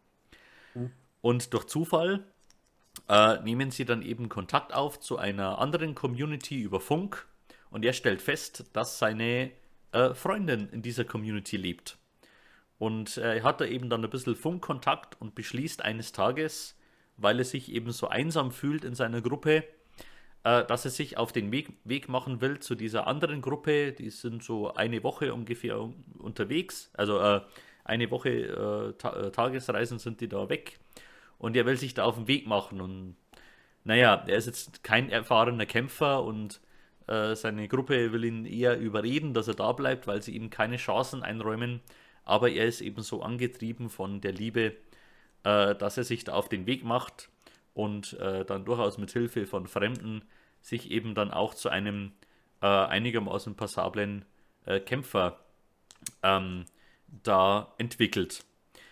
Und durch Zufall äh, nehmen sie dann eben Kontakt auf zu einer anderen Community über Funk und er stellt fest, dass seine äh, Freundin in dieser Community lebt. Und äh, er hat da eben dann ein bisschen Funkkontakt und beschließt eines Tages, weil er sich eben so einsam fühlt in seiner Gruppe, äh, dass er sich auf den Weg, Weg machen will zu dieser anderen Gruppe. Die sind so eine Woche ungefähr un unterwegs. Also äh, eine Woche äh, Ta äh, Tagesreisen sind die da weg. Und er will sich da auf den Weg machen. Und naja, er ist jetzt kein erfahrener Kämpfer und äh, seine Gruppe will ihn eher überreden, dass er da bleibt, weil sie ihm keine Chancen einräumen. Aber er ist eben so angetrieben von der Liebe, äh, dass er sich da auf den Weg macht und äh, dann durchaus mit Hilfe von Fremden sich eben dann auch zu einem äh, einigermaßen passablen äh, Kämpfer ähm, da entwickelt.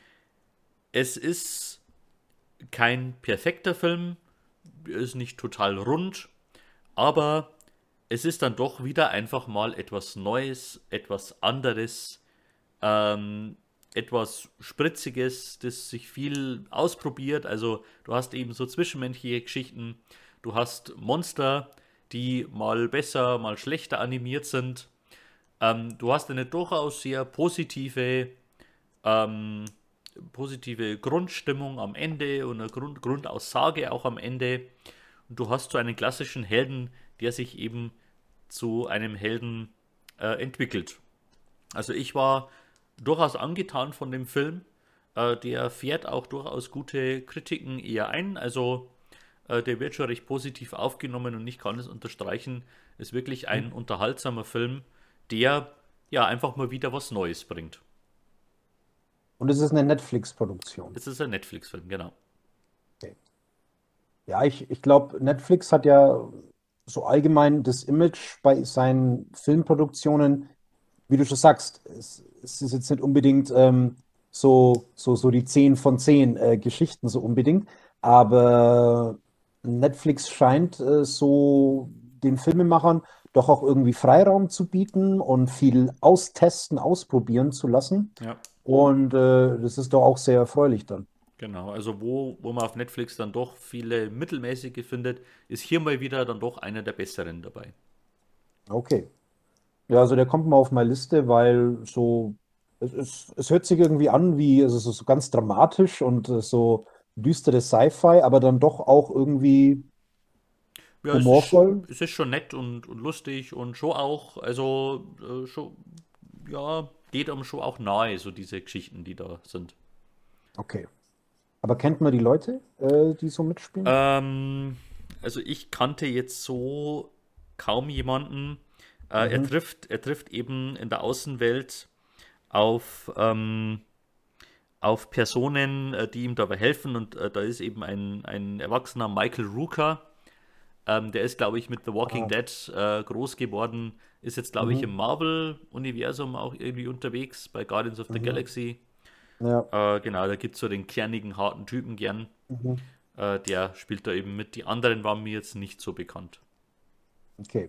Es ist kein perfekter Film, ist nicht total rund, aber es ist dann doch wieder einfach mal etwas Neues, etwas anderes, ähm, etwas Spritziges, das sich viel ausprobiert. Also du hast eben so zwischenmenschliche Geschichten, du hast Monster, die mal besser, mal schlechter animiert sind. Ähm, du hast eine durchaus sehr positive, ähm, positive Grundstimmung am Ende und eine Grund Grundaussage auch am Ende. Und du hast so einen klassischen Helden, der sich eben zu einem Helden äh, entwickelt. Also ich war durchaus angetan von dem Film. Äh, der fährt auch durchaus gute Kritiken eher ein. Also äh, der wird schon recht positiv aufgenommen und ich kann es unterstreichen. Ist wirklich ein unterhaltsamer Film, der ja einfach mal wieder was Neues bringt. Und es ist eine Netflix-Produktion. Es ist ein Netflix-Film, genau. Okay. Ja, ich, ich glaube, Netflix hat ja so allgemein das Image bei seinen Filmproduktionen, wie du schon sagst, es, es ist jetzt nicht unbedingt ähm, so, so, so die zehn von zehn äh, Geschichten so unbedingt, aber Netflix scheint äh, so den Filmemachern doch auch irgendwie Freiraum zu bieten und viel austesten, ausprobieren zu lassen. Ja, Und äh, das ist doch auch sehr erfreulich dann. genau. Also wo, wo man auf Netflix dann doch viele mittelmäßige findet, ist hier mal wieder dann doch einer der besseren dabei. Okay. Ja, also der kommt mal auf meine Liste, weil so, es, es, es hört sich irgendwie an wie, also es ist so ganz dramatisch und äh, so düstere Sci-Fi, aber dann doch auch irgendwie Ja, es ist, humorvoll. es ist schon nett und, und lustig und schon auch, also äh, schon, ja, geht einem schon auch nahe, so diese Geschichten, die da sind. Okay. Aber kennt man die Leute, äh, die so mitspielen? Ähm, also ich kannte jetzt so kaum jemanden. Äh, er Mhm. trifft, er trifft eben in der Außenwelt auf, ähm, auf Personen, äh, die ihm dabei helfen und äh, da ist eben ein, ein erwachsener Michael Rooker. Ähm, der ist, glaube ich, mit The Walking Ah, Dead äh, groß geworden, ist jetzt, glaube ich, mhm. im Marvel-Universum auch irgendwie unterwegs, bei Guardians of the Mhm. Galaxy. Ja. Äh, genau, da gibt es so den kernigen, harten Typen gern. Mhm. Äh, der spielt da eben mit. Die anderen waren mir jetzt nicht so bekannt. Okay.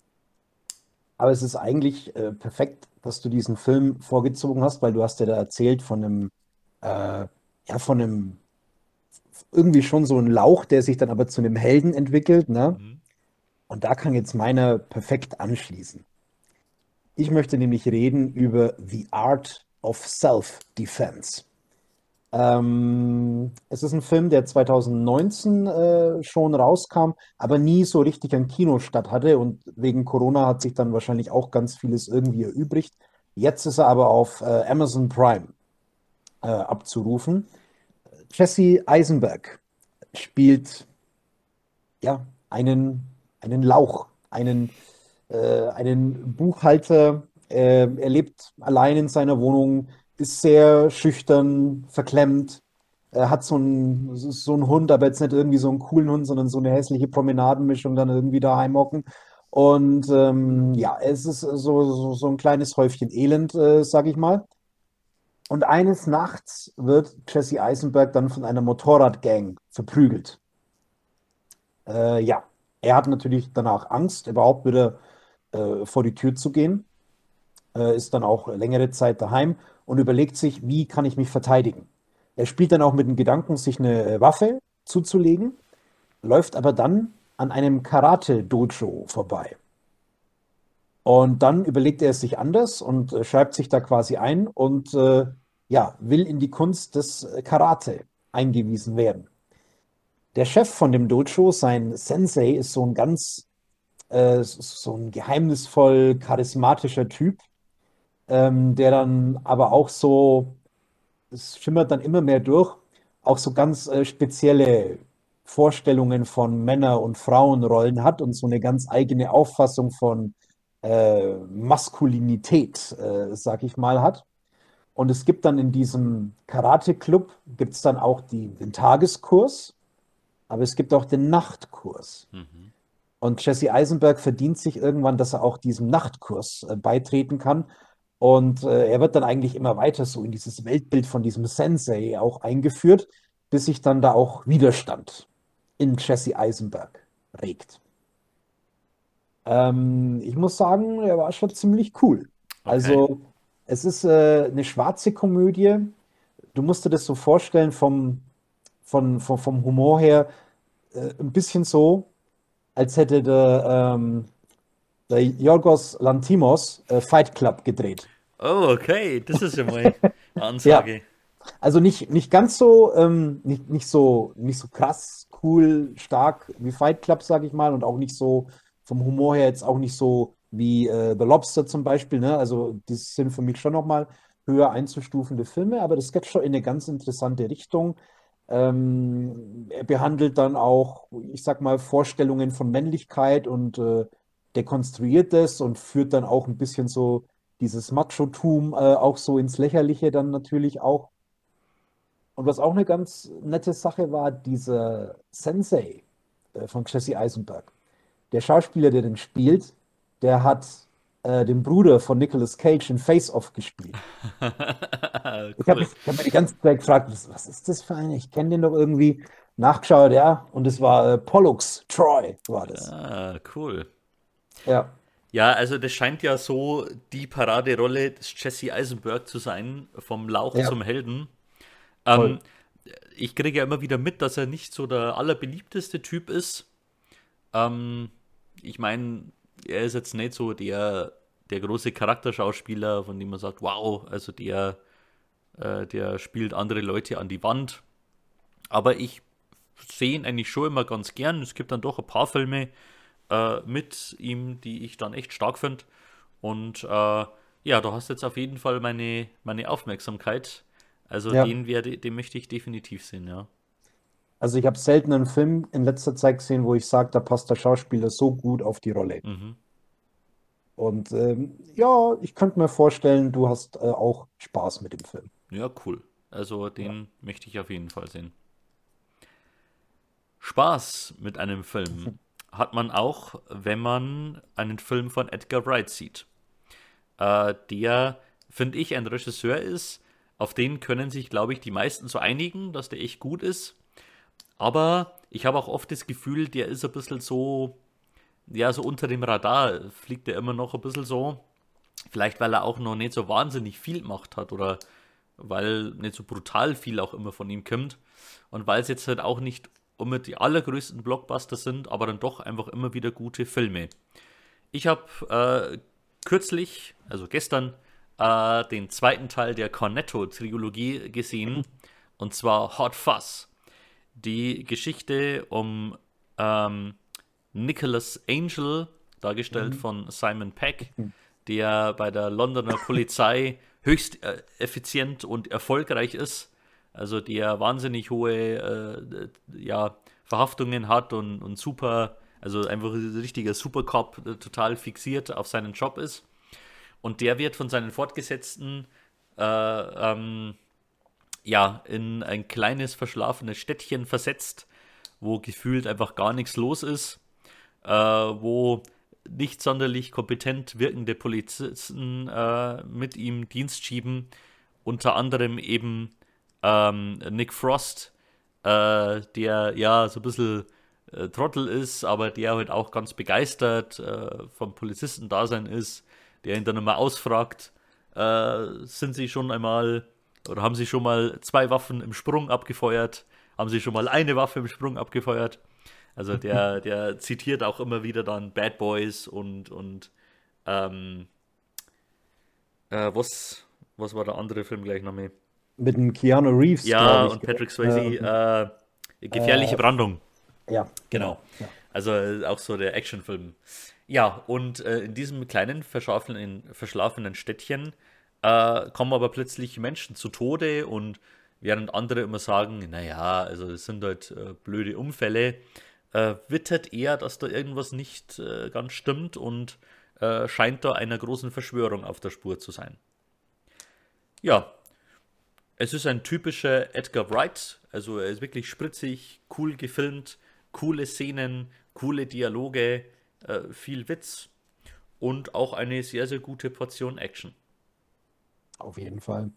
Aber es ist eigentlich äh, perfekt, dass du diesen Film vorgezogen hast, weil du hast ja da erzählt von einem, äh, ja, von einem irgendwie schon so ein Lauch, der sich dann aber zu einem Helden entwickelt, ne? Mhm. Und da kann jetzt meiner perfekt anschließen. Ich möchte nämlich reden über The Art of Self-Defense. Ähm, es ist ein Film, der zwanzig neunzehn äh, schon rauskam, aber nie so richtig ein Kinostart hatte und wegen Corona hat sich dann wahrscheinlich auch ganz vieles irgendwie erübrigt. Jetzt ist er aber auf äh, Amazon Prime äh, abzurufen. Jesse Eisenberg spielt ja einen, einen Lauch, einen äh, einen Buchhalter. Äh, er lebt allein in seiner Wohnung, ist sehr schüchtern, verklemmt. Er hat so einen, so einen Hund, aber jetzt nicht irgendwie so einen coolen Hund, sondern so eine hässliche Promenadenmischung dann irgendwie daheim hocken. Und ähm, ja, es ist so, so, so ein kleines Häufchen Elend, äh, sag ich mal. Und eines Nachts wird Jesse Eisenberg dann von einer Motorradgang verprügelt. Äh, ja, er hat natürlich danach Angst, überhaupt wieder äh, vor die Tür zu gehen, äh, ist dann auch längere Zeit daheim und überlegt sich, wie kann ich mich verteidigen. Er spielt dann auch mit dem Gedanken, sich eine äh, Waffe zuzulegen, läuft aber dann an einem Karate-Dojo vorbei. Und dann überlegt er es sich anders und äh, schreibt sich da quasi ein und äh, ja, will in die Kunst des äh, Karate eingewiesen werden. Der Chef von dem Dojo, sein Sensei, ist so ein ganz äh, so ein geheimnisvoll charismatischer Typ, ähm, der dann aber auch so, es schimmert dann immer mehr durch, auch so ganz äh, spezielle Vorstellungen von Männer- und Frauenrollen hat und so eine ganz eigene Auffassung von äh, Maskulinität, äh, sag ich mal, hat. Und es gibt dann in diesem Karate-Club, gibt es dann auch die, den Tageskurs, aber es gibt auch den Nachtkurs. Mhm. Und Jesse Eisenberg verdient sich irgendwann, dass er auch diesem Nachtkurs äh, beitreten kann. Und äh, er wird dann eigentlich immer weiter so in dieses Weltbild von diesem Sensei auch eingeführt, bis sich dann da auch Widerstand in Jesse Eisenberg regt. Ähm, ich muss sagen, er war schon ziemlich cool. Okay. Also Es ist äh, eine schwarze Komödie. Du musst dir das so vorstellen vom, von, vom, vom Humor her, äh, ein bisschen so, als hätte der, ähm, der Yorgos Lanthimos äh, Fight Club gedreht. Oh, okay, das ist ja mal eine Ja, Ansage. also nicht, nicht ganz so, ähm, nicht, nicht so, nicht so krass, cool, stark wie Fight Club, sag ich mal, und auch nicht so vom Humor her jetzt auch nicht so wie äh, The Lobster zum Beispiel, ne? Also die sind für mich schon nochmal höher einzustufende Filme, aber das geht schon in eine ganz interessante Richtung. Ähm, er behandelt dann auch, ich sag mal, Vorstellungen von Männlichkeit und äh, dekonstruiert das und führt dann auch ein bisschen so dieses Macho-Tum äh, auch so ins Lächerliche dann natürlich auch. Und was auch eine ganz nette Sache war, dieser Sensei äh, von Jesse Eisenberg. Der Schauspieler, der den spielt, der hat äh, den Bruder von Nicolas Cage in Face Off gespielt. Ich habe Cool. mich, ich hab mir die ganze Zeit gefragt, was, was ist das für einer? Ich kenne den doch irgendwie. Nachgeschaut, ja, und es war äh, Pollux Troy, war das. Ah, cool. Ja, Ja, also das scheint ja so die Paraderolle des Jesse Eisenberg zu sein, vom Lauch ja, zum Helden. voll. Ähm, Ich kriege ja immer wieder mit, dass er nicht so der allerbeliebteste Typ ist. Ähm, Ich meine, er ist jetzt nicht so der, der große Charakterschauspieler, von dem man sagt, wow, also der, äh, der spielt andere Leute an die Wand. Aber ich sehe ihn eigentlich schon immer ganz gern. Es gibt dann doch ein paar Filme äh, mit ihm, die ich dann echt stark finde. Und äh, ja, du hast jetzt auf jeden Fall meine, meine Aufmerksamkeit. Also Ja. den werde, den möchte ich definitiv sehen, ja. Also ich habe selten einen Film in letzter Zeit gesehen, wo ich sage, da passt der Schauspieler so gut auf die Rolle. Mhm. Und ähm, ja, ich könnte mir vorstellen, du hast äh, auch Spaß mit dem Film. Ja, cool. Also Ja. den möchte ich auf jeden Fall sehen. Spaß mit einem Film hat man auch, wenn man einen Film von Edgar Wright sieht. Äh, der, finde ich, ein Regisseur ist, auf den können sich, glaube ich, die meisten so einigen, dass der echt gut ist. Aber ich habe auch oft das Gefühl, der ist ein bisschen so, ja, so unter dem Radar fliegt er immer noch ein bisschen so. Vielleicht, weil er auch noch nicht so wahnsinnig viel gemacht hat oder weil nicht so brutal viel auch immer von ihm kommt. Und weil es jetzt halt auch nicht immer die allergrößten Blockbuster sind, aber dann doch einfach immer wieder gute Filme. Ich habe äh, kürzlich, also gestern, äh, den zweiten Teil der Cornetto-Trilogie gesehen, und zwar Hot Fuzz. Die Geschichte um ähm, Nicholas Angel, dargestellt Mhm. von Simon Pegg, der bei der Londoner Polizei höchst äh, effizient und erfolgreich ist. Also der wahnsinnig hohe äh, ja, Verhaftungen hat und, und super, also einfach ein richtiger Supercop, äh, total fixiert auf seinen Job ist. Und der wird von seinen Fortgesetzten äh, ähm, ja, in ein kleines verschlafenes Städtchen versetzt, wo gefühlt einfach gar nichts los ist, äh, wo nicht sonderlich kompetent wirkende Polizisten äh, mit ihm Dienst schieben, unter anderem eben ähm, Nick Frost, äh, der ja so ein bisschen äh, Trottel ist, aber der halt auch ganz begeistert äh, vom Polizistendasein ist, der ihn dann immer ausfragt, äh, sind Sie schon einmal oder haben Sie schon mal zwei Waffen im Sprung abgefeuert? Haben Sie schon mal eine Waffe im Sprung abgefeuert? Also der, der zitiert auch immer wieder dann Bad Boys und, und ähm, äh, was, was war der andere Film gleich noch mehr? Mit dem Keanu Reeves, Ja, glaube ich. und Gell? Patrick Swayze, Ähm, äh, Gefährliche äh, Brandung. ja, Genau. genau. Ja. Also äh, auch so der Actionfilm. Ja, und äh, in diesem kleinen, verschlafenen, verschlafenen Städtchen äh, kommen aber plötzlich Menschen zu Tode und während andere immer sagen, naja, also es sind halt äh, blöde Unfälle, äh, wittert er, dass da irgendwas nicht äh, ganz stimmt und äh, scheint da einer großen Verschwörung auf der Spur zu sein. Ja, es ist ein typischer Edgar Wright, also er ist wirklich spritzig, cool gefilmt, coole Szenen, coole Dialoge, äh, viel Witz und auch eine sehr, sehr gute Portion Action. Auf jeden Fall.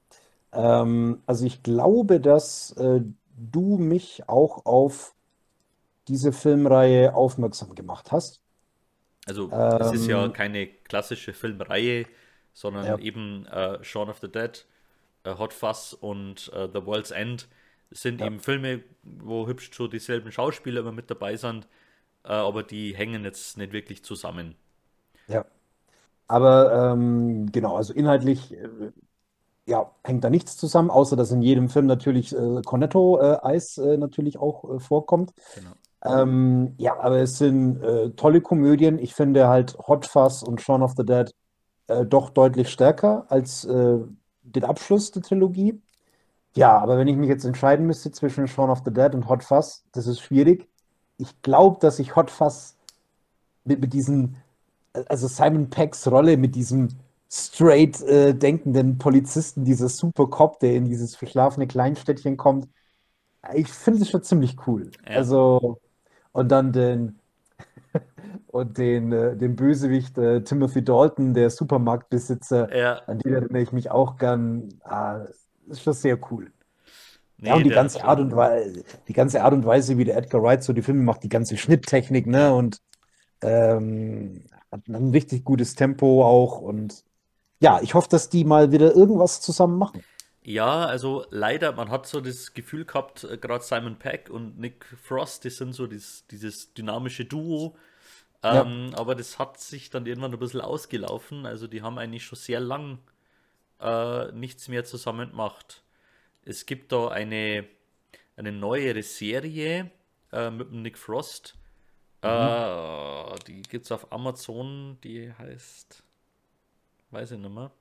Ähm, also ich glaube, dass äh, du mich auch auf diese Filmreihe aufmerksam gemacht hast. Also es ist ja Ähm, keine klassische Filmreihe, sondern Ja, eben äh, Shaun of the Dead, äh, Hot Fuzz und äh, The World's End sind ja, eben Filme, wo hübsch so dieselben Schauspieler immer mit dabei sind, äh, aber die hängen jetzt nicht wirklich zusammen. ja. Aber ähm, genau, also inhaltlich äh, ja, hängt da nichts zusammen, außer dass in jedem Film natürlich äh, Cornetto-Eis äh, natürlich auch äh, vorkommt. Genau. Ähm, ja, aber es sind äh, tolle Komödien. Ich finde halt Hot Fuzz und Shaun of the Dead äh, doch deutlich stärker als äh, den Abschluss der Trilogie. Ja, aber wenn ich mich jetzt entscheiden müsste zwischen Shaun of the Dead und Hot Fuzz, das ist schwierig. Ich glaube, dass ich Hot Fuzz mit, mit diesem, also Simon Peggs Rolle mit diesem straight äh, denkenden Polizisten, dieser Super Cop, der in dieses verschlafene Kleinstädtchen kommt, ich finde es schon ziemlich cool. Ja, Also, und dann den, und den, äh, den Bösewicht äh, Timothy Dalton, der Supermarktbesitzer, ja, an den erinnere ich mich auch gern. Ah, ist schon sehr cool. Ja, und nee, die der hat ganze Art schon. und Weise, die ganze Art und Weise, wie der Edgar Wright so die Filme macht, die ganze Schnitttechnik, ne? Ja. Und ähm, hat ein richtig gutes Tempo auch. Und ja, ich hoffe, dass die mal wieder irgendwas zusammen machen. Ja, also leider, man hat so das Gefühl gehabt, äh, gerade Simon Pegg und Nick Frost, die sind so dieses, dieses dynamische Duo. Ja. Ähm, aber das hat sich dann irgendwann ein bisschen ausgelaufen. Also die haben eigentlich schon sehr lang äh, nichts mehr zusammen gemacht. Es gibt da eine, eine neuere Serie äh, mit dem Nick Frost. Mhm. Äh, die gibt es auf Amazon, die heißt, weiß ich nicht mehr.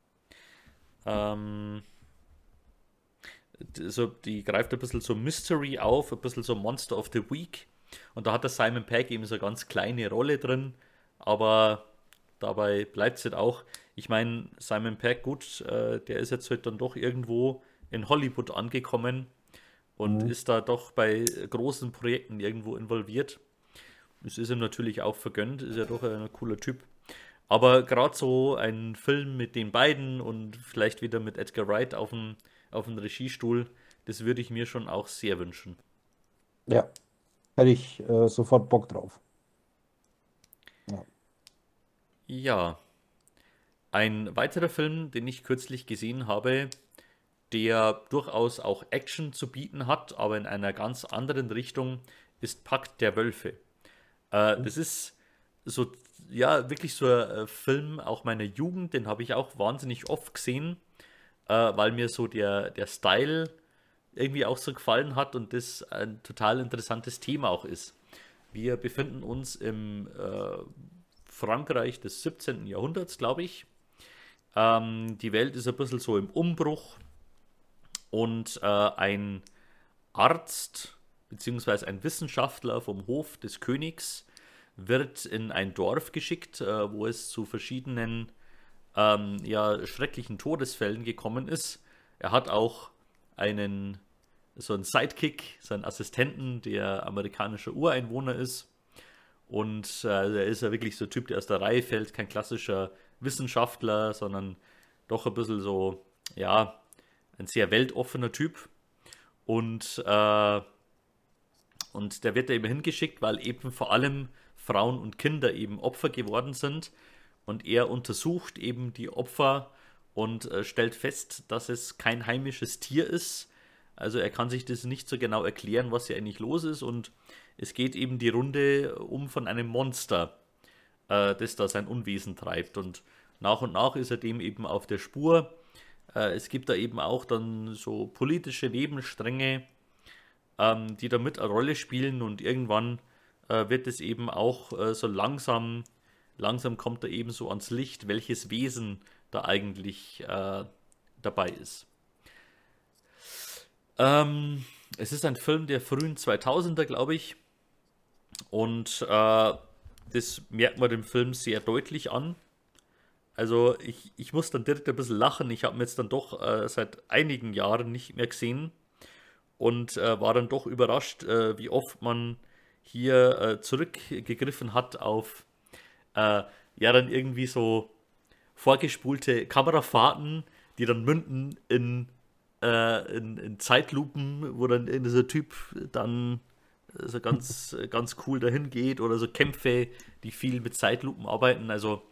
Ähm, so, die greift ein bisschen so Mystery auf, ein bisschen so Monster of the Week. Und da hat der Simon Pegg eben so eine ganz kleine Rolle drin, aber dabei bleibt es halt auch. Ich meine, Simon Pegg, gut, äh, der ist jetzt halt dann doch irgendwo in Hollywood angekommen und Mhm. ist da doch bei großen Projekten irgendwo involviert. Das ist ihm natürlich auch vergönnt, ist ja doch ein cooler Typ. Aber gerade so ein Film mit den beiden und vielleicht wieder mit Edgar Wright auf dem, auf dem Regiestuhl, das würde ich mir schon auch sehr wünschen. Ja, hätte ich äh, sofort Bock drauf. Ja. Ja, ein weiterer Film, den ich kürzlich gesehen habe, der durchaus auch Action zu bieten hat, aber in einer ganz anderen Richtung, ist Pakt der Wölfe. Äh, das ist so, ja, wirklich so ein äh, Film auch meiner Jugend, den habe ich auch wahnsinnig oft gesehen, äh, weil mir so der, der Style irgendwie auch so gefallen hat und das ein total interessantes Thema auch ist. Wir befinden uns im äh, Frankreich des siebzehnten. Jahrhunderts, glaube ich. Ähm, die Welt ist ein bisschen so im Umbruch und äh, ein Arzt bzw. ein Wissenschaftler vom Hof des Königs wird in ein Dorf geschickt, äh, wo es zu verschiedenen ähm, ja, schrecklichen Todesfällen gekommen ist. Er hat auch einen so einen Sidekick, seinen Assistenten, der amerikanischer Ureinwohner ist. Und äh, er ist ja wirklich so ein Typ, der aus der Reihe fällt, kein klassischer Wissenschaftler, sondern doch ein bisschen so, ja, ein sehr weltoffener Typ. Und, äh, und der wird da eben hingeschickt, weil eben vor allem Frauen und Kinder eben Opfer geworden sind. Und er untersucht eben die Opfer und äh, stellt fest, dass es kein heimisches Tier ist. Also er kann sich das nicht so genau erklären, was hier eigentlich los ist. Und es geht eben die Runde um von einem Monster, äh, das da sein Unwesen treibt. Und nach und nach ist er dem eben auf der Spur. Äh, es gibt da eben auch dann so politische Nebenstränge, ähm, die da mit eine Rolle spielen. Und irgendwann äh, wird es eben auch äh, so langsam, langsam kommt er eben so ans Licht, welches Wesen da eigentlich äh, dabei ist. Ähm, Es ist ein Film der frühen zweitausender, glaube ich. Und äh, das merkt man dem Film sehr deutlich an. Also ich, ich muss dann direkt ein bisschen lachen. Ich habe mir jetzt dann doch äh, seit einigen Jahren nicht mehr gesehen und äh, war dann doch überrascht, äh, wie oft man hier äh, zurückgegriffen hat auf äh, ja dann irgendwie so vorgespulte Kamerafahrten, die dann münden in, äh, in, in Zeitlupen, wo dann dieser Typ dann so ganz, ganz cool dahin geht oder so Kämpfe, die viel mit Zeitlupen arbeiten. Also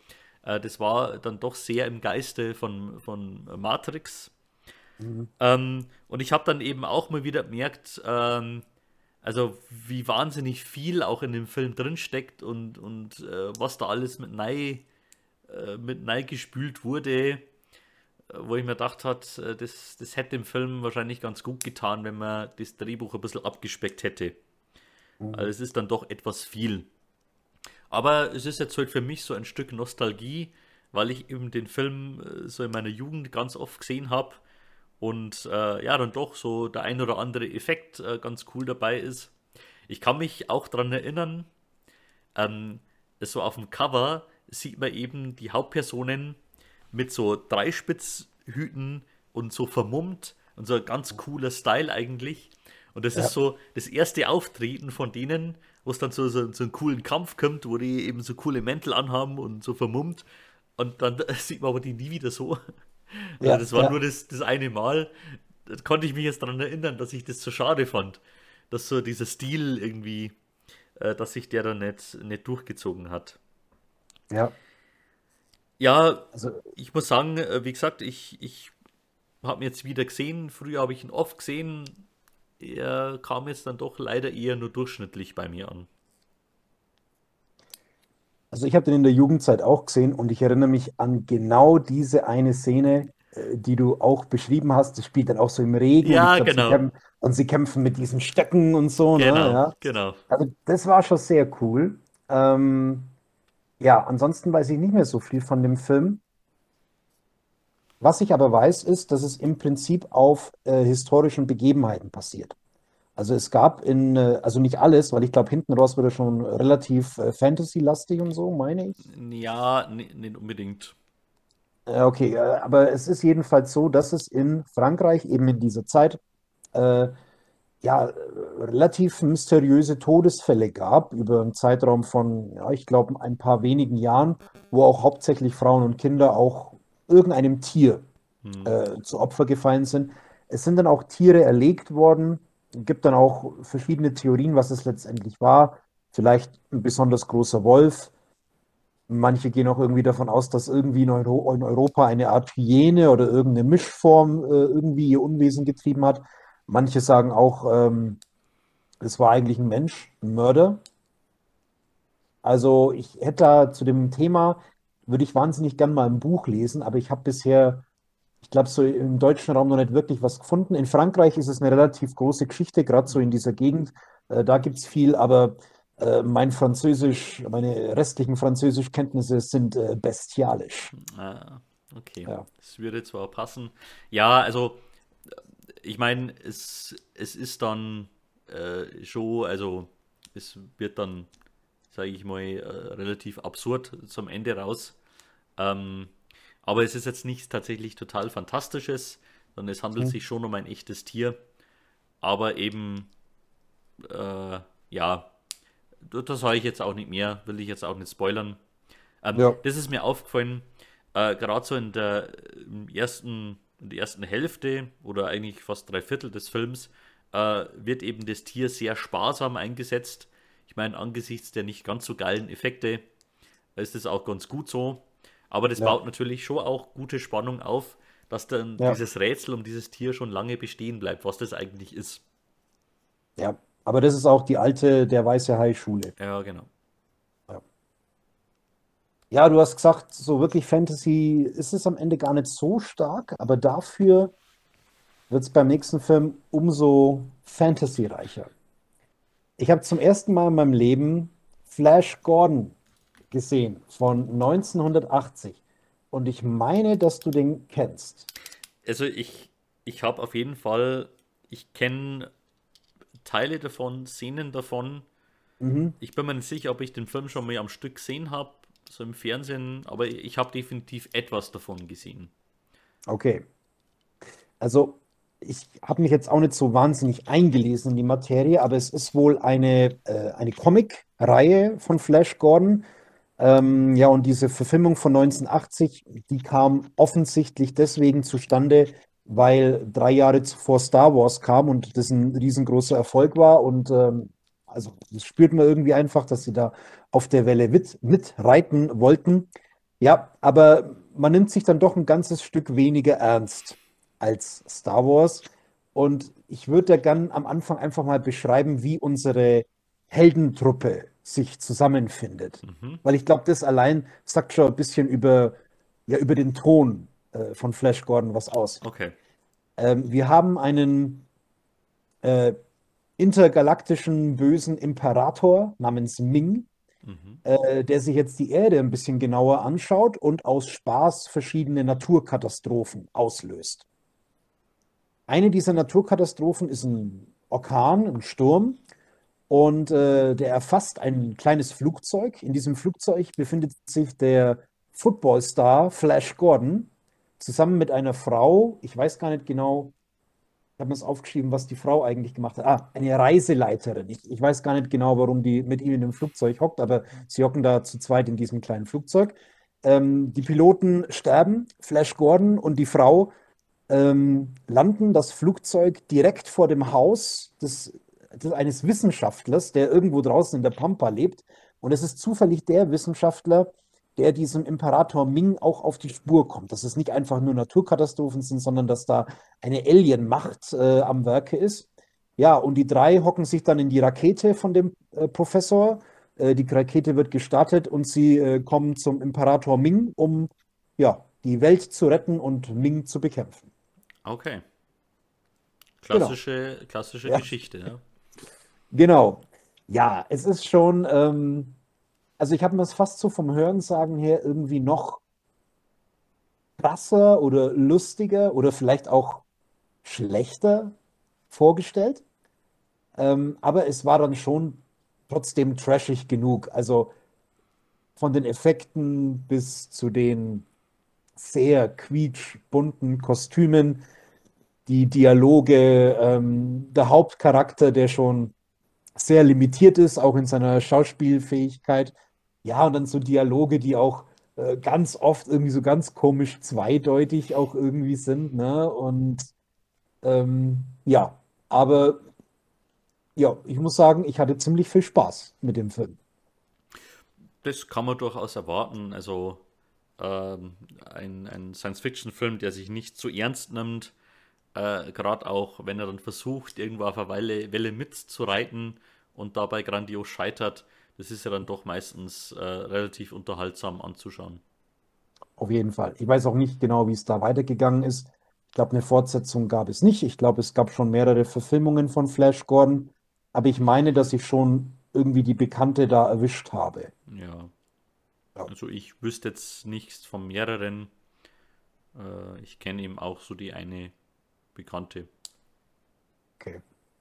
Äh, das war dann doch sehr im Geiste von, von Matrix. Mhm. Ähm, und ich habe dann eben auch mal wieder gemerkt, ähm, also wie wahnsinnig viel auch in dem Film drinsteckt und, und äh, was da alles mit neu, äh, mit neu gespült wurde, äh, wo ich mir gedacht hat, äh, das, das hätte dem Film wahrscheinlich ganz gut getan, wenn man das Drehbuch ein bisschen abgespeckt hätte. Also Mhm. es ist dann doch etwas viel. Aber es ist jetzt halt für mich so ein Stück Nostalgie, weil ich eben den Film äh, so in meiner Jugend ganz oft gesehen habe und äh, ja, dann doch so der ein oder andere Effekt äh, ganz cool dabei ist. Ich kann mich auch daran erinnern, ähm, so auf dem Cover sieht man eben die Hauptpersonen mit so Dreispitzhüten und so vermummt und so ein ganz cooler Style eigentlich. Und das ist Ja, so das erste Auftreten von denen, wo es dann so, so, so einen coolen Kampf kommt, wo die eben so coole Mäntel anhaben und so vermummt. Und dann sieht man aber die nie wieder so. Also ja, das war ja. nur das, das eine Mal. Da konnte ich mich jetzt daran erinnern, dass ich das so schade fand. Dass so dieser Stil irgendwie, äh, dass sich der dann nicht, nicht durchgezogen hat. Ja. Ja, Also ich muss sagen, äh, wie gesagt, ich, ich habe ihn jetzt wieder gesehen. Früher habe ich ihn oft gesehen. Er kam jetzt dann doch leider eher nur durchschnittlich bei mir an. Also ich habe den in der Jugendzeit auch gesehen und ich erinnere mich an genau diese eine Szene, äh, die du auch beschrieben hast. Das spielt dann auch so im Regen und ich Ja, glaube, sie genau. kämpfen und sie kämpfen mit diesen Stöcken und so, ne? Genau, Ja. genau. Also das war schon sehr cool. Ähm, ja, ansonsten weiß ich nicht mehr so viel von dem Film. Was ich aber weiß, ist, dass es im Prinzip auf äh, historischen Begebenheiten passiert. Also es gab in, äh, also nicht alles, weil ich glaube, hinten raus wurde schon relativ äh, Fantasy-lastig und so, meine ich. Ja, nee, nicht unbedingt. Äh, Okay, äh, aber es ist jedenfalls so, dass es in Frankreich eben in dieser Zeit äh, ja äh, relativ mysteriöse Todesfälle gab über einen Zeitraum von, ja, ich glaube, ein paar wenigen Jahren, wo auch hauptsächlich Frauen und Kinder auch irgendeinem Tier Hm. äh, zu Opfer gefallen sind. Es sind dann auch Tiere erlegt worden. Es gibt dann auch verschiedene Theorien, was es letztendlich war. Vielleicht ein besonders großer Wolf. Manche gehen auch irgendwie davon aus, dass irgendwie in, Euro in Europa eine Art Hyäne oder irgendeine Mischform äh, irgendwie ihr Unwesen getrieben hat. Manche sagen auch, ähm, es war eigentlich ein Mensch, ein Mörder. Also ich hätte da zu dem Thema, würde ich wahnsinnig gern mal ein Buch lesen, aber ich habe bisher, ich glaube, so im deutschen Raum noch nicht wirklich was gefunden. In Frankreich ist es eine relativ große Geschichte, gerade so in dieser Gegend. Äh, da gibt es viel, aber äh, mein Französisch, meine restlichen Französischkenntnisse sind äh, bestialisch. Ah, okay. Ja. Das würde zwar passen. Ja, also ich meine, es, es ist dann äh, schon, also es wird dann, sage ich mal, äh, relativ absurd zum Ende raus. Ähm, aber es ist jetzt nichts tatsächlich total Fantastisches, sondern es handelt Hm. sich schon um ein echtes Tier. Aber eben, äh, ja, das sage ich jetzt auch nicht mehr, will ich jetzt auch nicht spoilern. Ähm, Ja. das ist mir aufgefallen, äh, gerade so in der, im ersten, in der ersten Hälfte oder eigentlich fast drei Viertel des Films äh, wird eben das Tier sehr sparsam eingesetzt. Ich meine, angesichts der nicht ganz so geilen Effekte ist es auch ganz gut so. Aber das Ja. baut natürlich schon auch gute Spannung auf, dass dann Ja. dieses Rätsel um dieses Tier schon lange bestehen bleibt, was das eigentlich ist. Ja. Aber das ist auch die alte, der weiße Hai-Schule. Ja, genau. Ja. Ja, du hast gesagt, so wirklich Fantasy ist es am Ende gar nicht so stark, aber dafür wird es beim nächsten Film umso fantasyreicher. Ich habe zum ersten Mal in meinem Leben Flash Gordon gesehen von neunzehnhundertachtzig. Und ich meine, dass du den kennst. Also ich, ich habe auf jeden Fall, ich kenne Teile davon, Szenen davon. Mhm. Ich bin mir nicht sicher, ob ich den Film schon mal am Stück gesehen habe, so im Fernsehen, aber ich habe definitiv etwas davon gesehen. Okay. Also, ich habe mich jetzt auch nicht so wahnsinnig eingelesen in die Materie, aber es ist wohl eine, äh, eine Comic-Reihe von Flash Gordon. Ähm, ja, und diese Verfilmung von neunzehnhundertachtzig, die kam offensichtlich deswegen zustande, weil drei Jahre zuvor Star Wars kam und das ein riesengroßer Erfolg war. Und ähm, also das spürt man irgendwie einfach, dass sie da auf der Welle mit, mitreiten wollten. Ja, aber man nimmt sich dann doch ein ganzes Stück weniger ernst als Star Wars. Und ich würde ja gern am Anfang einfach mal beschreiben, wie unsere Heldentruppe sich zusammenfindet. Mhm. Weil ich glaube, das allein sagt schon ein bisschen über, ja, über den Ton äh, von Flash Gordon was aus. Okay. Ähm, wir haben einen äh, intergalaktischen bösen Imperator namens Ming, Mhm. äh, der sich jetzt die Erde ein bisschen genauer anschaut und aus Spaß verschiedene Naturkatastrophen auslöst. Eine dieser Naturkatastrophen ist ein Orkan, ein Sturm, und äh, der erfasst ein kleines Flugzeug. In diesem Flugzeug befindet sich der Footballstar Flash Gordon zusammen mit einer Frau. Ich weiß gar nicht genau, ich habe mir das aufgeschrieben, was die Frau eigentlich gemacht hat. Ah, eine Reiseleiterin. Ich, ich weiß gar nicht genau, warum die mit ihm in dem Flugzeug hockt, aber sie hocken da zu zweit in diesem kleinen Flugzeug. Ähm, die Piloten sterben, Flash Gordon und die Frau ähm, landen das Flugzeug direkt vor dem Haus des, des, eines Wissenschaftlers, der irgendwo draußen in der Pampa lebt. Und es ist zufällig der Wissenschaftler, der diesem Imperator Ming auch auf die Spur kommt. Dass es nicht einfach nur Naturkatastrophen sind, sondern dass da eine Alienmacht äh, am Werke ist. Ja, und die drei hocken sich dann in die Rakete von dem äh, Professor. Äh, die Rakete wird gestartet und sie äh, kommen zum Imperator Ming, um ja, die Welt zu retten und Ming zu bekämpfen. Okay. Genau. Klassische, klassische Ja, Geschichte, ja. genau. Ja, es ist schon, ähm, also ich habe mir das fast so vom Hörensagen her irgendwie noch krasser oder lustiger oder vielleicht auch schlechter vorgestellt. Ähm, aber es war dann schon trotzdem trashig genug. Also von den Effekten bis zu den sehr quietschbunten Kostümen, die Dialoge, ähm, der Hauptcharakter, der schon sehr limitiert ist, auch in seiner Schauspielfähigkeit. Ja, und dann so Dialoge, die auch äh, ganz oft irgendwie so ganz komisch zweideutig auch irgendwie sind, ne? Und ähm, ja, aber ja, ich muss sagen, ich hatte ziemlich viel Spaß mit dem Film. Das kann man durchaus erwarten. Also ähm, ein, ein Science-Fiction-Film, der sich nicht zu ernst nimmt, äh, gerade auch wenn er dann versucht, irgendwo auf eine Welle, Welle mitzureiten und dabei grandios scheitert, das ist ja dann doch meistens äh, relativ unterhaltsam anzuschauen. Auf jeden Fall. Ich weiß auch nicht genau, wie es da weitergegangen ist. Ich glaube, eine Fortsetzung gab es nicht. Ich glaube, es gab schon mehrere Verfilmungen von Flash Gordon. Aber ich meine, dass ich schon irgendwie die Bekannte da erwischt habe. Ja, Ja, also ich wüsste jetzt nichts von mehreren. Äh, ich kenne eben auch so die eine Bekannte. okay.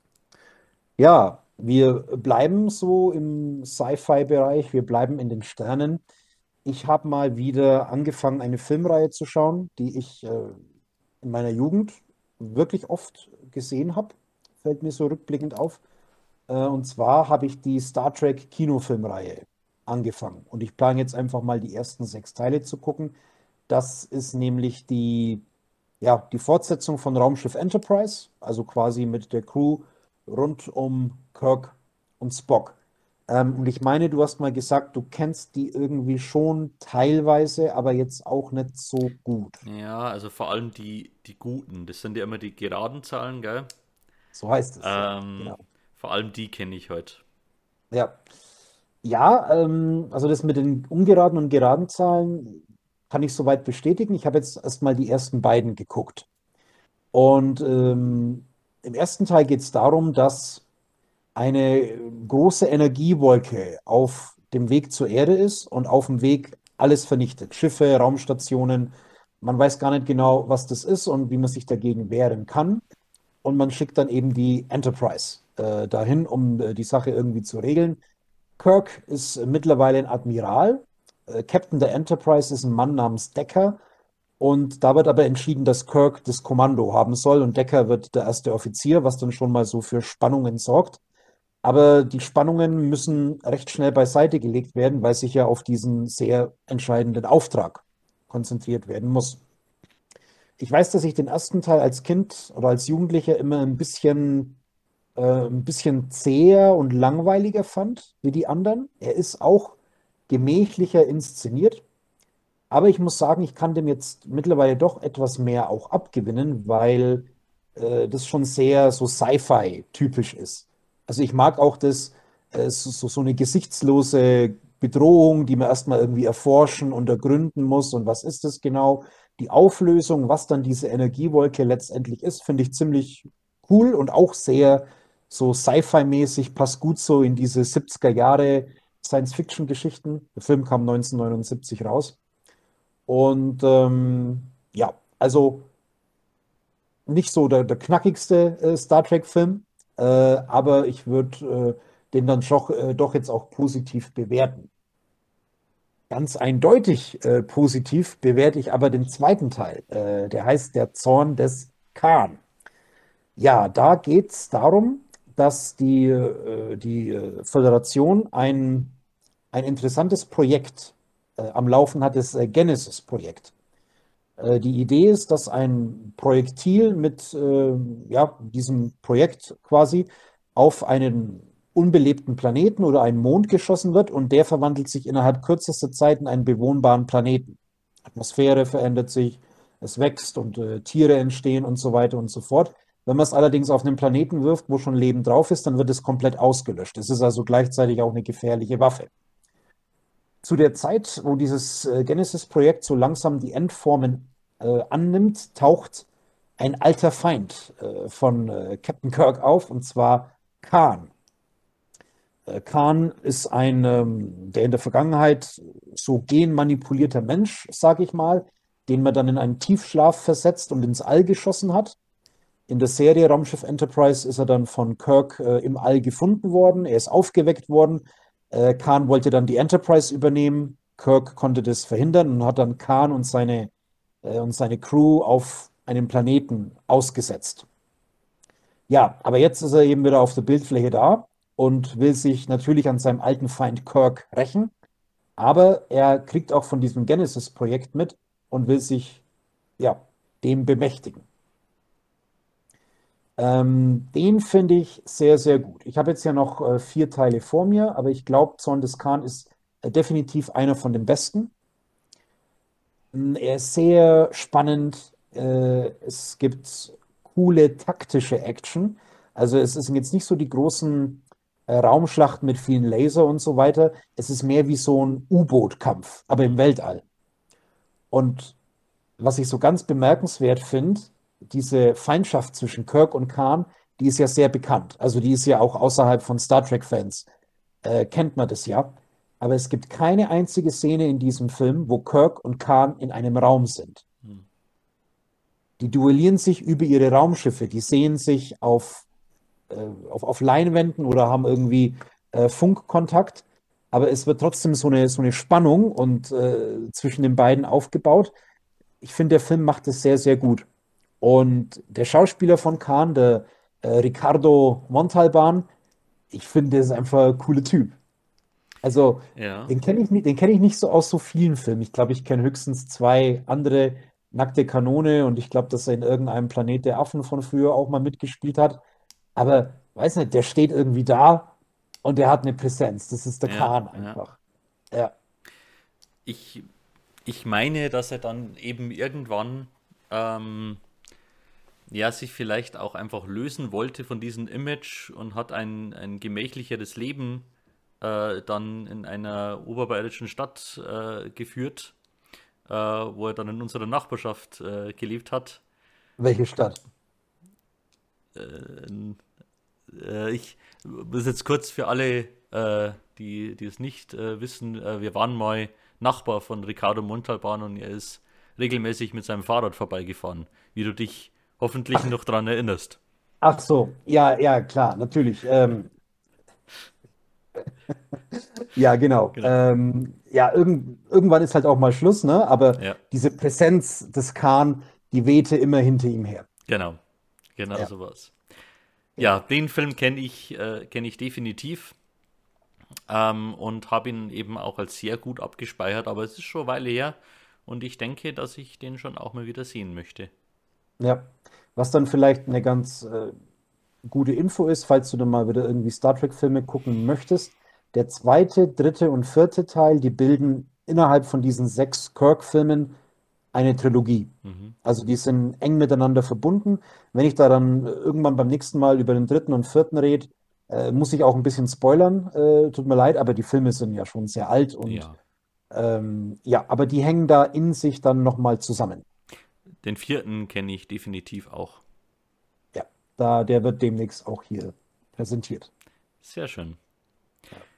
Ja, wir bleiben so im Sci-Fi-Bereich. Wir bleiben in den Sternen. Ich habe mal wieder angefangen, eine Filmreihe zu schauen, die ich äh, in meiner Jugend wirklich oft gesehen habe. Fällt mir so rückblickend auf. Äh, und zwar habe ich die Star Trek Kinofilmreihe angefangen. Und ich plane jetzt einfach mal die ersten sechs Teile zu gucken. Das ist nämlich die, ja, die Fortsetzung von Raumschiff Enterprise, also quasi mit der Crew rund um Kirk und Spock. Ähm, und ich meine, du hast mal gesagt, du kennst die irgendwie schon teilweise, aber jetzt auch nicht so gut. Ja, also vor allem die, die guten, das sind ja immer die geraden Zahlen, gell? So heißt es, ja. Ähm, Genau. vor allem die kenne ich heute. Ja. Ja, ähm, also das mit den ungeraden und geraden Zahlen kann ich soweit bestätigen. Ich habe jetzt erstmal die ersten beiden geguckt. Und ähm, im ersten Teil geht es darum, dass eine große Energiewolke auf dem Weg zur Erde ist und auf dem Weg alles vernichtet. Schiffe, Raumstationen. Man weiß gar nicht genau, was das ist und wie man sich dagegen wehren kann. Und man schickt dann eben die Enterprise äh, dahin, um äh, die Sache irgendwie zu regeln. Kirk ist mittlerweile ein Admiral. Äh, Captain der Enterprise ist ein Mann namens Decker. Und da wird aber entschieden, dass Kirk das Kommando haben soll und Decker wird der erste Offizier, was dann schon mal so für Spannungen sorgt. Aber die Spannungen müssen recht schnell beiseite gelegt werden, weil sich ja auf diesen sehr entscheidenden Auftrag konzentriert werden muss. Ich weiß, dass ich den ersten Teil als Kind oder als Jugendlicher immer ein bisschen, äh, ein bisschen zäher und langweiliger fand wie die anderen. Er ist auch gemächlicher inszeniert, Aber ich muss sagen, ich kann dem jetzt mittlerweile doch etwas mehr auch abgewinnen, weil äh, das schon sehr so Sci-Fi-typisch ist. Also ich mag auch das, äh, so, so so eine gesichtslose Bedrohung, die man erstmal irgendwie erforschen und ergründen muss. Und was ist das genau? Die Auflösung, was dann diese Energiewolke letztendlich ist, finde ich ziemlich cool und auch sehr so Sci-Fi-mäßig, passt gut so in diese siebziger Jahre Science-Fiction-Geschichten. Der Film kam neunzehnhundertneunundsiebzig raus. Und ähm, ja, also nicht so der, der knackigste äh, Star Trek-Film, äh, aber ich würde äh, den dann doch, äh, doch jetzt auch positiv bewerten. Ganz eindeutig äh, positiv bewerte ich aber den zweiten Teil. Äh, der heißt Der Zorn des Khan. Ja, da geht es darum, dass die, äh, die äh, Föderation ein, ein interessantes Projekt äh, am Laufen hat, das äh, Genesis-Projekt. Äh, die Idee ist, dass ein Projektil mit äh, ja, diesem Projekt quasi auf einen unbelebten Planeten oder einen Mond geschossen wird und der verwandelt sich innerhalb kürzester Zeit in einen bewohnbaren Planeten. Atmosphäre verändert sich, es wächst und äh, Tiere entstehen und so weiter und so fort. Wenn man es allerdings auf einen Planeten wirft, wo schon Leben drauf ist, dann wird es komplett ausgelöscht. Es ist also gleichzeitig auch eine gefährliche Waffe. Zu der Zeit, wo dieses äh, Genesis-Projekt so langsam die Endformen äh, annimmt, taucht ein alter Feind äh, von äh, Captain Kirk auf, und zwar Khan. Äh, Khan ist ein, ähm, der in der Vergangenheit so genmanipulierter Mensch, sage ich mal, den man dann in einen Tiefschlaf versetzt und ins All geschossen hat. In der Serie Raumschiff Enterprise ist er dann von Kirk äh, im All gefunden worden. Er ist aufgeweckt worden. Äh, Khan wollte dann die Enterprise übernehmen. Kirk konnte das verhindern und hat dann Khan und seine, äh, und seine Crew auf einem Planeten ausgesetzt. Ja, aber jetzt ist er eben wieder auf der Bildfläche da und will sich natürlich an seinem alten Feind Kirk rächen. Aber er kriegt auch von diesem Genesis-Projekt mit und will sich ja, dem bemächtigen. Ähm, den finde ich sehr, sehr gut. Ich habe jetzt ja noch äh, vier Teile vor mir, aber ich glaube, Zorn des Khan ist äh, definitiv einer von den besten. Mm, Er ist sehr spannend. Äh, es gibt coole taktische Action. Also es sind jetzt nicht so die großen äh, Raumschlachten mit vielen Laser und so weiter. Es ist mehr wie so ein U-Boot-Kampf, aber im Weltall. Und was ich so ganz bemerkenswert finde, diese Feindschaft zwischen Kirk und Khan, die ist ja sehr bekannt. Also die ist ja auch außerhalb von Star Trek-Fans, äh, kennt man das ja. Aber es gibt keine einzige Szene in diesem Film, wo Kirk und Khan in einem Raum sind. Hm. Die duellieren sich über ihre Raumschiffe, die sehen sich auf, äh, auf, auf Leinwänden oder haben irgendwie äh, Funkkontakt. Aber es wird trotzdem so eine, so eine Spannung und äh, zwischen den beiden aufgebaut. Ich finde, der Film macht es sehr, sehr gut. Und der Schauspieler von Khan, der äh, Ricardo Montalban, ich finde, der ist einfach ein cooler Typ. Also, Ja, den kenne ich nicht, den kenne ich nicht so aus so vielen Filmen. Ich glaube, ich kenne höchstens zwei andere Nackte Kanone und ich glaube, dass er in irgendeinem Planet der Affen von früher auch mal mitgespielt hat. Aber, weiß nicht, der steht irgendwie da und der hat eine Präsenz. Das ist der ja, Khan ja. einfach. Ja, Ich, ich meine, dass er dann eben irgendwann ähm, ja, sich vielleicht auch einfach lösen wollte von diesem Image und hat ein, ein gemächlicheres Leben äh, dann in einer oberbayerischen Stadt äh, geführt, äh, wo er dann in unserer Nachbarschaft äh, gelebt hat. welche Stadt? Äh, äh, ich muss jetzt kurz für alle, äh, die, die es nicht äh, wissen, äh, wir waren mal Nachbar von Ricardo Montalban und er ist regelmäßig mit seinem Fahrrad vorbeigefahren, wie du dich hoffentlich noch dran erinnerst. Ach so, ja, ja, klar, natürlich. Ähm, Ja, genau. Genau. Ähm, ja, irgend, irgendwann ist halt auch mal Schluss, ne? Aber Ja, diese Präsenz des Khan, die wehte immer hinter ihm her. genau. Genau Ja, sowas. Ja, ja. den Film kenne ich, äh, kenne ich definitiv ähm, und habe ihn eben auch als sehr gut abgespeichert, aber es ist schon eine Weile her und ich denke, dass ich den schon auch mal wieder sehen möchte. Ja. Was dann vielleicht eine ganz äh, gute Info ist, falls du dann mal wieder irgendwie Star Trek-Filme gucken möchtest. Der zweite, dritte und vierte Teil, die bilden innerhalb von diesen sechs Kirk-Filmen eine Trilogie. Mhm. Also die sind eng miteinander verbunden. Wenn ich da dann irgendwann beim nächsten Mal über den dritten und vierten rede, äh, muss ich auch ein bisschen spoilern. Äh, tut mir leid, aber die Filme sind ja schon sehr alt und Ja. ähm, ja, aber die hängen da in sich dann nochmal zusammen. Den vierten kenne ich definitiv auch. Ja, da, der wird demnächst auch hier präsentiert. Sehr schön. Ja.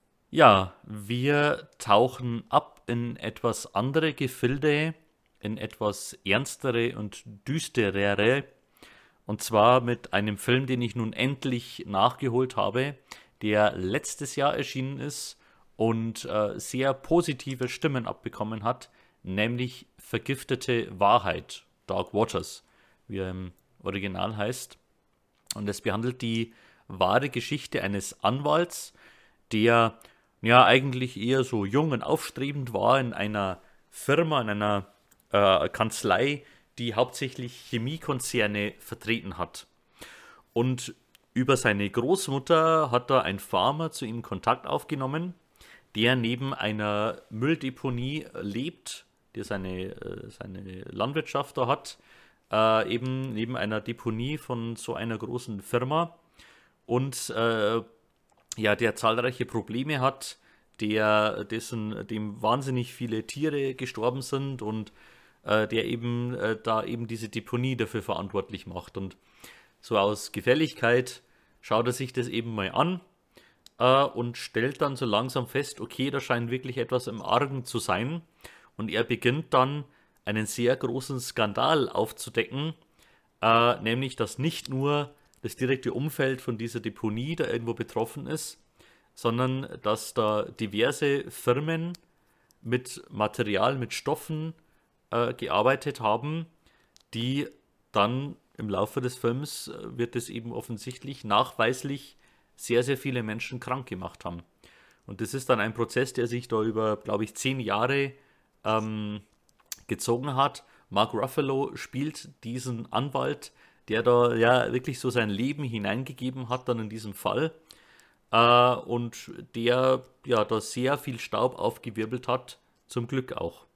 Ja, wir tauchen ab in etwas andere Gefilde, in etwas ernstere und düsterere. Und zwar mit einem Film, den ich nun endlich nachgeholt habe, der letztes Jahr erschienen ist und äh, sehr positive Stimmen abbekommen hat, nämlich Vergiftete Wahrheit, Dark Waters, wie er im Original heißt. Und es behandelt die wahre Geschichte eines Anwalts, der ja eigentlich eher so jung und aufstrebend war in einer Firma, in einer äh, Kanzlei, die hauptsächlich Chemiekonzerne vertreten hat. Und über seine Großmutter hat da ein Farmer zu ihm Kontakt aufgenommen, der neben einer Mülldeponie lebt, der seine, äh, seine Landwirtschaft da hat, äh, eben neben einer Deponie von so einer großen Firma und äh, ja, der zahlreiche Probleme hat, der dessen, dem wahnsinnig viele Tiere gestorben sind und äh, der eben äh, da eben diese Deponie dafür verantwortlich macht. Und so aus Gefälligkeit schaut er sich das eben mal an äh, und stellt dann so langsam fest, okay, da scheint wirklich etwas im Argen zu sein. Und er beginnt dann einen sehr großen Skandal aufzudecken, äh, nämlich dass nicht nur das direkte Umfeld von dieser Deponie da irgendwo betroffen ist, sondern dass da diverse Firmen mit Material, mit Stoffen äh, gearbeitet haben, die dann im Laufe des Films äh, wird es eben offensichtlich nachweislich sehr, sehr viele Menschen krank gemacht haben. Und das ist dann ein Prozess, der sich da über, glaube ich, zehn Jahre ähm, gezogen hat. Mark Ruffalo spielt diesen Anwalt, der da ja wirklich so sein Leben hineingegeben hat dann in diesem Fall äh, und der ja da sehr viel Staub aufgewirbelt hat, zum Glück auch.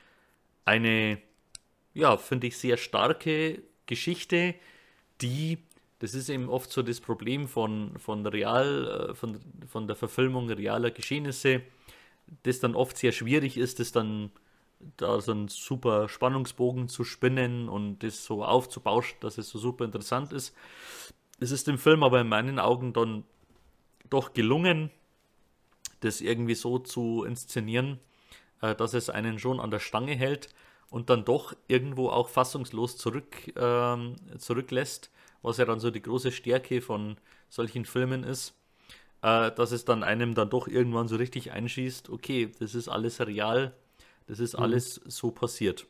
Eine, ja, finde ich sehr starke Geschichte, die, das ist eben oft so das Problem von, von real, äh, von, von der Verfilmung realer Geschehnisse, das dann oft sehr schwierig ist, das dann da so einen super Spannungsbogen zu spinnen und das so aufzubauschen, dass es so super interessant ist. Es ist dem Film aber in meinen Augen dann doch gelungen, das irgendwie so zu inszenieren, äh, dass es einen schon an der Stange hält und dann doch irgendwo auch fassungslos zurück, ähm, zurücklässt, was ja dann so die große Stärke von solchen Filmen ist, äh, dass es dann einem dann doch irgendwann so richtig einschießt, okay, das ist alles real, das ist Mhm. alles so passiert.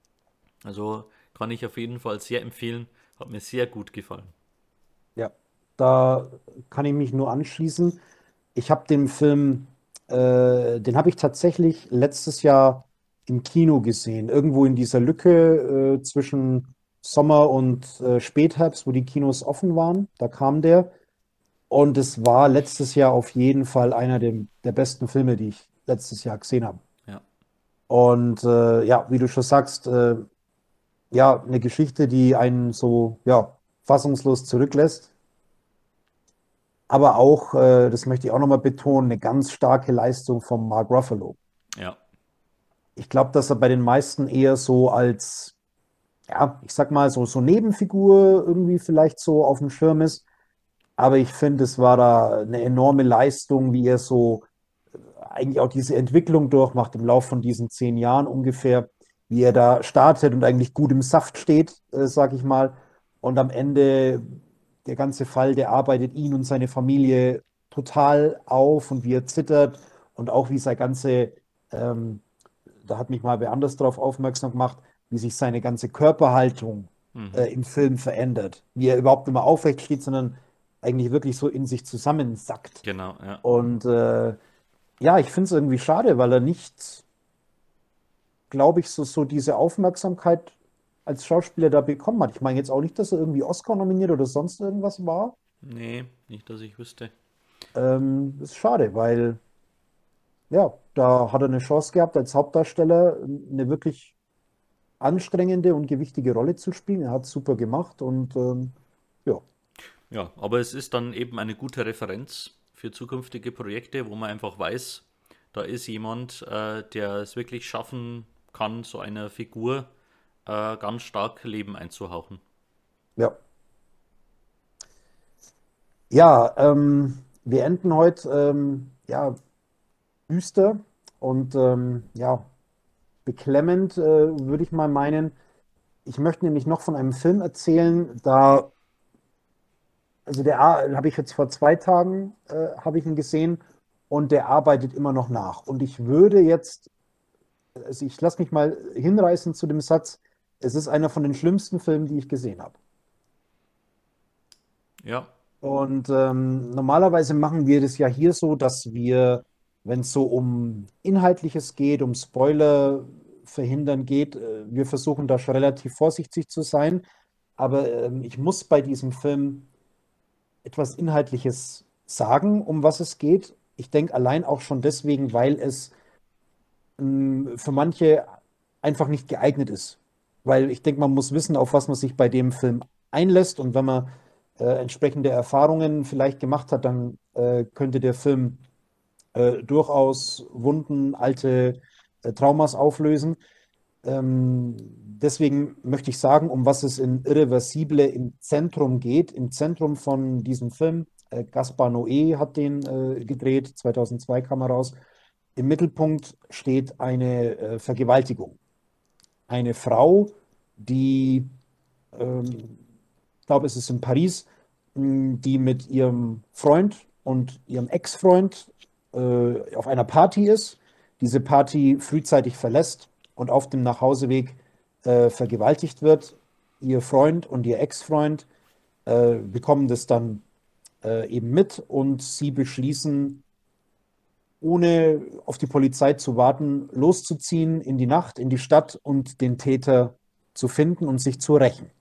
Also kann ich auf jeden Fall sehr empfehlen, hat mir sehr gut gefallen. Ja, da kann ich mich nur anschließen. Ich habe den Film, äh, den habe ich tatsächlich letztes Jahr im Kino gesehen. Irgendwo in dieser Lücke äh, zwischen Sommer und äh, Spätherbst, wo die Kinos offen waren. Da kam der. Und es war letztes Jahr auf jeden Fall einer der, der besten Filme, die ich letztes Jahr gesehen habe. Ja, Und äh, ja, wie du schon sagst, äh, ja, eine Geschichte, die einen so ja, fassungslos zurücklässt. Aber auch, äh, das möchte ich auch nochmal betonen, eine ganz starke Leistung von Mark Ruffalo. ja, Ich glaube, dass er bei den meisten eher so als, ja, ich sag mal, so, so Nebenfigur irgendwie vielleicht so auf dem Schirm ist. Aber ich finde, es war da eine enorme Leistung, wie er so eigentlich auch diese Entwicklung durchmacht im Laufe von diesen zehn Jahren ungefähr, wie er da startet und eigentlich gut im Saft steht, äh, sag ich mal. Und am Ende der ganze Fall, der arbeitet ihn und seine Familie total auf und wie er zittert und auch wie sein ganze, ähm, da hat mich mal wer anders darauf aufmerksam gemacht, wie sich seine ganze Körperhaltung mhm. äh, im Film verändert. Wie er überhaupt nicht mehr aufrecht steht, sondern eigentlich wirklich so in sich zusammensackt. Genau, ja. Und äh, ja, ich finde es irgendwie schade, weil er nicht, glaube ich, so, so diese Aufmerksamkeit als Schauspieler da bekommen hat. Ich meine jetzt auch nicht, dass er irgendwie Oscar nominiert oder sonst irgendwas war. Nee, nicht, dass ich wüsste. Ähm, ist schade, weil ja, da hat er eine Chance gehabt, als Hauptdarsteller eine wirklich anstrengende und gewichtige Rolle zu spielen. Er hat es super gemacht und ähm, ja, Ja, aber es ist dann eben eine gute Referenz für zukünftige Projekte, wo man einfach weiß, da ist jemand, äh, der es wirklich schaffen kann, so einer Figur äh, ganz stark Leben einzuhauchen. ja. Ja, ähm, wir enden heute ähm, ja, düster und ähm, ja, beklemmend, äh, würde ich mal meinen. Ich möchte nämlich noch von einem Film erzählen, da, also der habe ich jetzt vor zwei Tagen, äh, habe ich ihn gesehen und der arbeitet immer noch nach. Und ich würde jetzt, also ich lasse mich mal hinreißen zu dem Satz, es ist einer von den schlimmsten Filmen, die ich gesehen habe. Ja, Und ähm, normalerweise machen wir das ja hier so, dass wir, wenn es so um Inhaltliches geht, um Spoiler verhindern geht, äh, wir versuchen da schon relativ vorsichtig zu sein. Aber ähm, ich muss bei diesem Film etwas Inhaltliches sagen, um was es geht. Ich denke allein auch schon deswegen, weil es ähm, für manche einfach nicht geeignet ist. Weil ich denke, man muss wissen, auf was man sich bei dem Film einlässt. Und wenn man äh, entsprechende Erfahrungen vielleicht gemacht hat, dann äh, könnte der Film äh, durchaus Wunden, alte äh, Traumas auflösen. Ähm, deswegen möchte ich sagen, um was es in Irreversible im Zentrum geht. Im Zentrum von diesem Film, äh, Gaspar Noé hat den äh, gedreht, zweitausendzwei kam er raus. Im Mittelpunkt steht eine äh, Vergewaltigung. Eine Frau, die, ähm, ich glaube, es ist in Paris, mh, die mit ihrem Freund und ihrem Ex-Freund äh, auf einer Party ist, diese Party frühzeitig verlässt und auf dem Nachhauseweg äh, vergewaltigt wird. Ihr Freund und ihr Ex-Freund äh, bekommen das dann äh, eben mit und sie beschließen, ohne auf die Polizei zu warten, loszuziehen in die Nacht, in die Stadt und den Täter zu finden und sich zu rächen.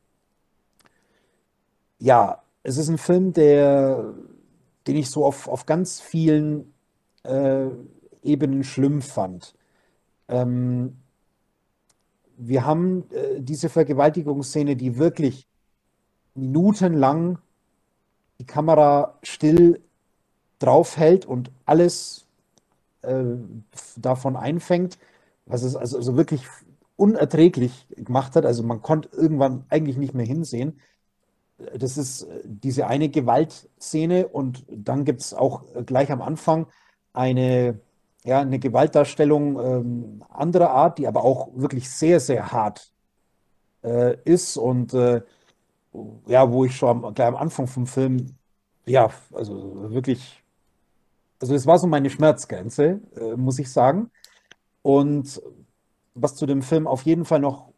Ja, es ist ein Film, der, den ich so auf, auf ganz vielen äh, Ebenen schlimm fand. Ähm, wir haben äh, diese Vergewaltigungsszene, die wirklich minutenlang die Kamera still draufhält und alles äh, davon einfängt, was es also, also wirklich unerträglich gemacht hat. Also man konnte irgendwann eigentlich nicht mehr hinsehen. Das ist äh, diese eine Gewaltszene und dann gibt es auch äh, gleich am Anfang eine, ja, eine Gewaltdarstellung ähm, anderer Art, die aber auch wirklich sehr, sehr hart äh, ist und äh, ja, wo ich schon am, gleich am Anfang vom Film, ja, also wirklich, also das war so meine Schmerzgrenze, äh, muss ich sagen. Und was zu dem Film auf jeden Fall noch,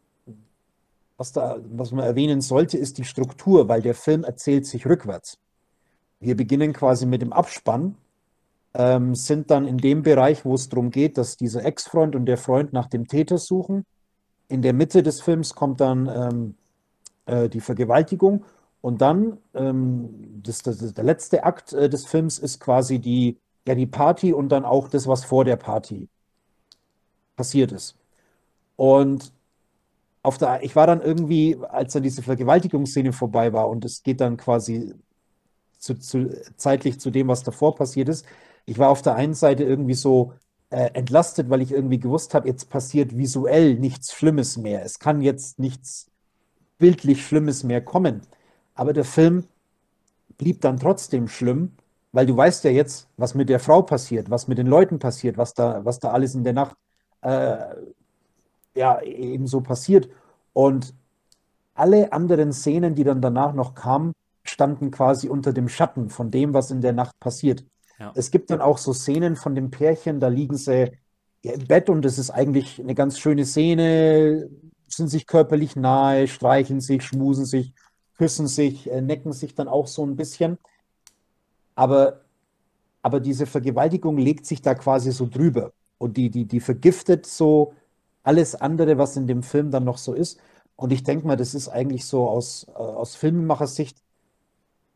was da, was man erwähnen sollte, ist die Struktur, weil der Film erzählt sich rückwärts. Wir beginnen quasi mit dem Abspann, ähm, sind dann in dem Bereich, wo es darum geht, dass dieser Ex-Freund und der Freund nach dem Täter suchen. In der Mitte des Films kommt dann ähm, äh, die Vergewaltigung und dann ähm, das, das, der letzte Akt äh, des Films ist quasi die, ja, die Party und dann auch das, was vor der Party passiert ist. Und auf der, ich war dann irgendwie, als dann diese Vergewaltigungsszene vorbei war und es geht dann quasi zu, zu, zeitlich zu dem, was davor passiert ist. Ich war auf der einen Seite irgendwie so äh, entlastet, weil ich irgendwie gewusst habe, jetzt passiert visuell nichts Schlimmes mehr. Es kann jetzt nichts bildlich Schlimmes mehr kommen. Aber der Film blieb dann trotzdem schlimm, weil du weißt ja jetzt, was mit der Frau passiert, was mit den Leuten passiert, was da, was da alles in der Nacht äh, ja, eben so passiert. Und alle anderen Szenen, die dann danach noch kamen, standen quasi unter dem Schatten von dem, was in der Nacht passiert. ja. Es gibt dann auch so Szenen von dem Pärchen, da liegen sie ja, im Bett und es ist eigentlich eine ganz schöne Szene, sind sich körperlich nahe, streicheln sich, schmusen sich, küssen sich, äh, necken sich dann auch so ein bisschen. Aber, aber diese Vergewaltigung legt sich da quasi so drüber und die, die, die vergiftet so alles andere, was in dem Film dann noch so ist. Und ich denke mal, das ist eigentlich so aus, äh, aus Filmemachersicht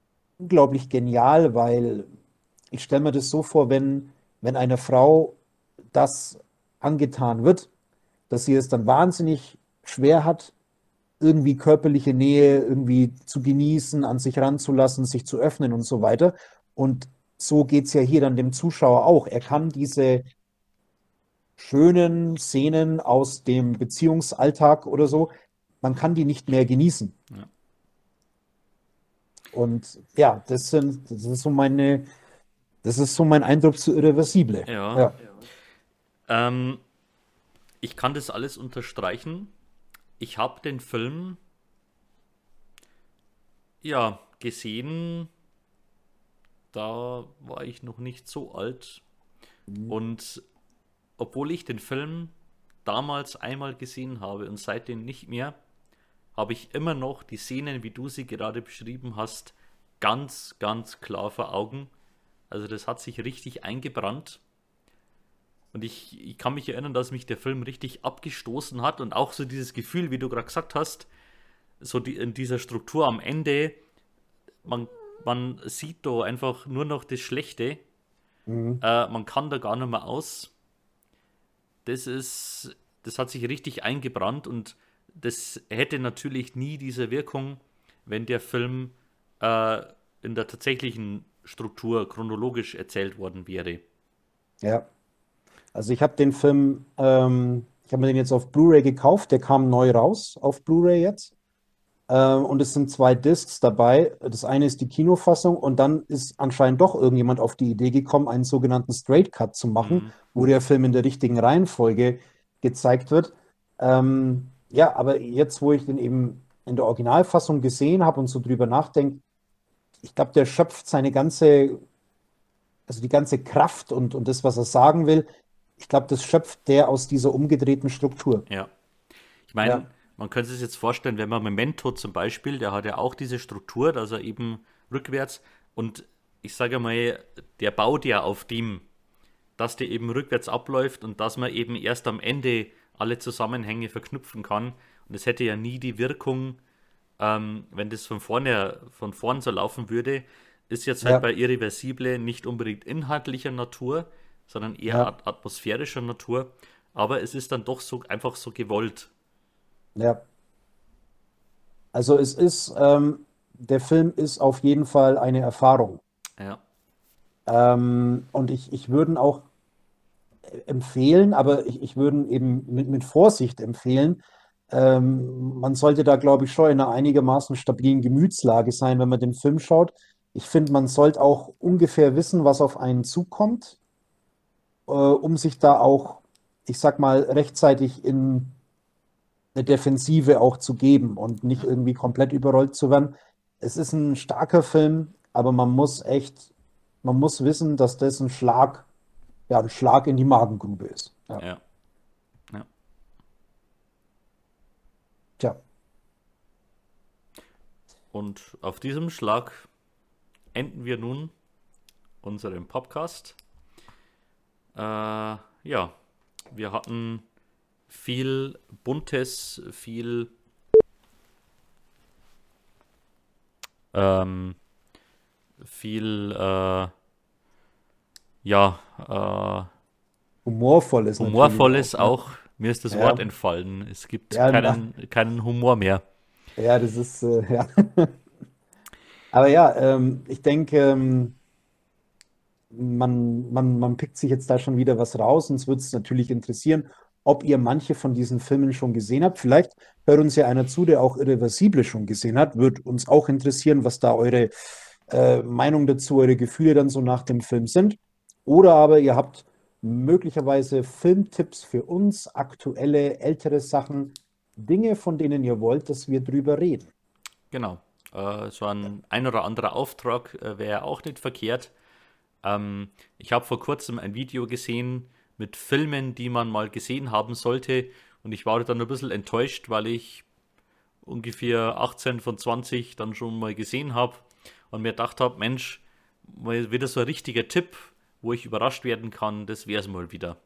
unglaublich genial, weil ich stelle mir das so vor, wenn, wenn eine Frau das angetan wird, dass sie es dann wahnsinnig schwer hat, irgendwie körperliche Nähe irgendwie zu genießen, an sich ranzulassen, sich zu öffnen und so weiter. Und so geht es ja hier dann dem Zuschauer auch. Er kann diese schönen Szenen aus dem Beziehungsalltag oder so, man kann die nicht mehr genießen. Ja. Und ja, das sind, das ist so meine, das ist so mein Eindruck zu Irreversible. Ja. Ja. Ähm, ich kann das alles unterstreichen. Ich habe den Film ja gesehen, da war ich noch nicht so alt. Mhm. Und obwohl ich den Film damals einmal gesehen habe und seitdem nicht mehr, habe ich immer noch die Szenen, wie du sie gerade beschrieben hast, ganz, ganz klar vor Augen. Also das hat sich richtig eingebrannt. Und ich, ich kann mich erinnern, dass mich der Film richtig abgestoßen hat und auch so dieses Gefühl, wie du gerade gesagt hast, so die, in dieser Struktur am Ende, man, man sieht da einfach nur noch das Schlechte. Mhm. Äh, man kann da gar nicht mehr aus. Das ist, das hat sich richtig eingebrannt und das hätte natürlich nie diese Wirkung, wenn der Film äh, in der tatsächlichen Struktur chronologisch erzählt worden wäre. Ja. Also ich habe den Film, ähm, ich habe mir den jetzt auf Blu-ray gekauft, der kam neu raus auf Blu-ray jetzt. Ähm, und es sind zwei Discs dabei. Das eine ist die Kinofassung und dann ist anscheinend doch irgendjemand auf die Idee gekommen, einen sogenannten Straight Cut zu machen, Mhm. wo der Film in der richtigen Reihenfolge gezeigt wird. Ähm, ja, aber jetzt, wo ich den eben in der Originalfassung gesehen habe und so drüber nachdenke, ich glaube, der schöpft seine ganze, also die ganze Kraft und, und das, was er sagen will, ich glaube, das schöpft der aus dieser umgedrehten Struktur. Ja. Ich meine, Ja, man könnte sich jetzt vorstellen, wenn man Memento zum Beispiel, der hat ja auch diese Struktur, dass er eben rückwärts und ich sage mal, der baut ja auf dem, dass der eben rückwärts abläuft und dass man eben erst am Ende alle Zusammenhänge verknüpfen kann. Und es hätte ja nie die Wirkung, ähm, wenn das von vorne, von vorn so laufen würde, ist jetzt halt ja, bei Irreversible nicht unbedingt inhaltlicher Natur, sondern eher ja, at atmosphärischer Natur. Aber es ist dann doch so einfach so gewollt. ja. Also es ist, ähm, der Film ist auf jeden Fall eine Erfahrung. Ja, Ähm, und ich, ich würde ihn auch empfehlen, aber ich, ich würde ihn eben mit, mit Vorsicht empfehlen. Ähm, man sollte da, glaube ich, schon in einer einigermaßen stabilen Gemütslage sein, wenn man den Film schaut. Ich finde, man sollte auch ungefähr wissen, was auf einen zukommt, äh, um sich da auch, ich sag mal, rechtzeitig in eine Defensive auch zu geben und nicht ja, irgendwie komplett überrollt zu werden. Es ist ein starker Film, aber man muss echt, man muss wissen, dass das ein Schlag, ja, ein Schlag in die Magengrube ist. Ja, ja, ja. tja, Und auf diesem Schlag enden wir nun unseren Podcast. Äh, ja, wir hatten viel Buntes, viel ähm, viel äh, ja äh, humorvoll ist natürlich auch. Humorvolles Ja, auch. Mir ist das Wort ja, entfallen. Es gibt ja, na, keinen, keinen Humor mehr. ja, das ist, äh, ja. Aber ja, ähm, ich denke, ähm, man, man, man pickt sich jetzt da schon wieder was raus. Uns würde es natürlich interessieren, ob ihr manche von diesen Filmen schon gesehen habt. Vielleicht hört uns ja einer zu, der auch Irreversible schon gesehen hat. Würde uns auch interessieren, was da eure äh, Meinung dazu, eure Gefühle dann so nach dem Film sind. Oder aber ihr habt möglicherweise Filmtipps für uns, aktuelle, ältere Sachen, Dinge, von denen ihr wollt, dass wir drüber reden. Genau. Äh, so ein ein oder anderer Auftrag äh, wäre auch nicht verkehrt. Ähm, ich habe vor kurzem ein Video gesehen mit Filmen, die man mal gesehen haben sollte. Und ich war dann ein bisschen enttäuscht, weil ich ungefähr achtzehn von zwanzig dann schon mal gesehen habe und mir gedacht habe, Mensch, mal wieder so ein richtiger Tipp, wo ich überrascht werden kann, das wäre es mal wieder.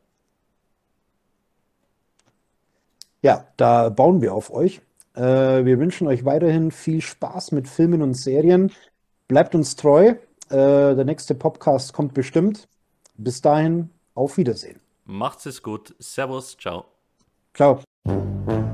Ja, da bauen wir auf euch. Äh, wir wünschen euch weiterhin viel Spaß mit Filmen und Serien. Bleibt uns treu. Äh, der nächste Podcast kommt bestimmt. Bis dahin, auf Wiedersehen. Macht's es gut. Servus, ciao. Ciao.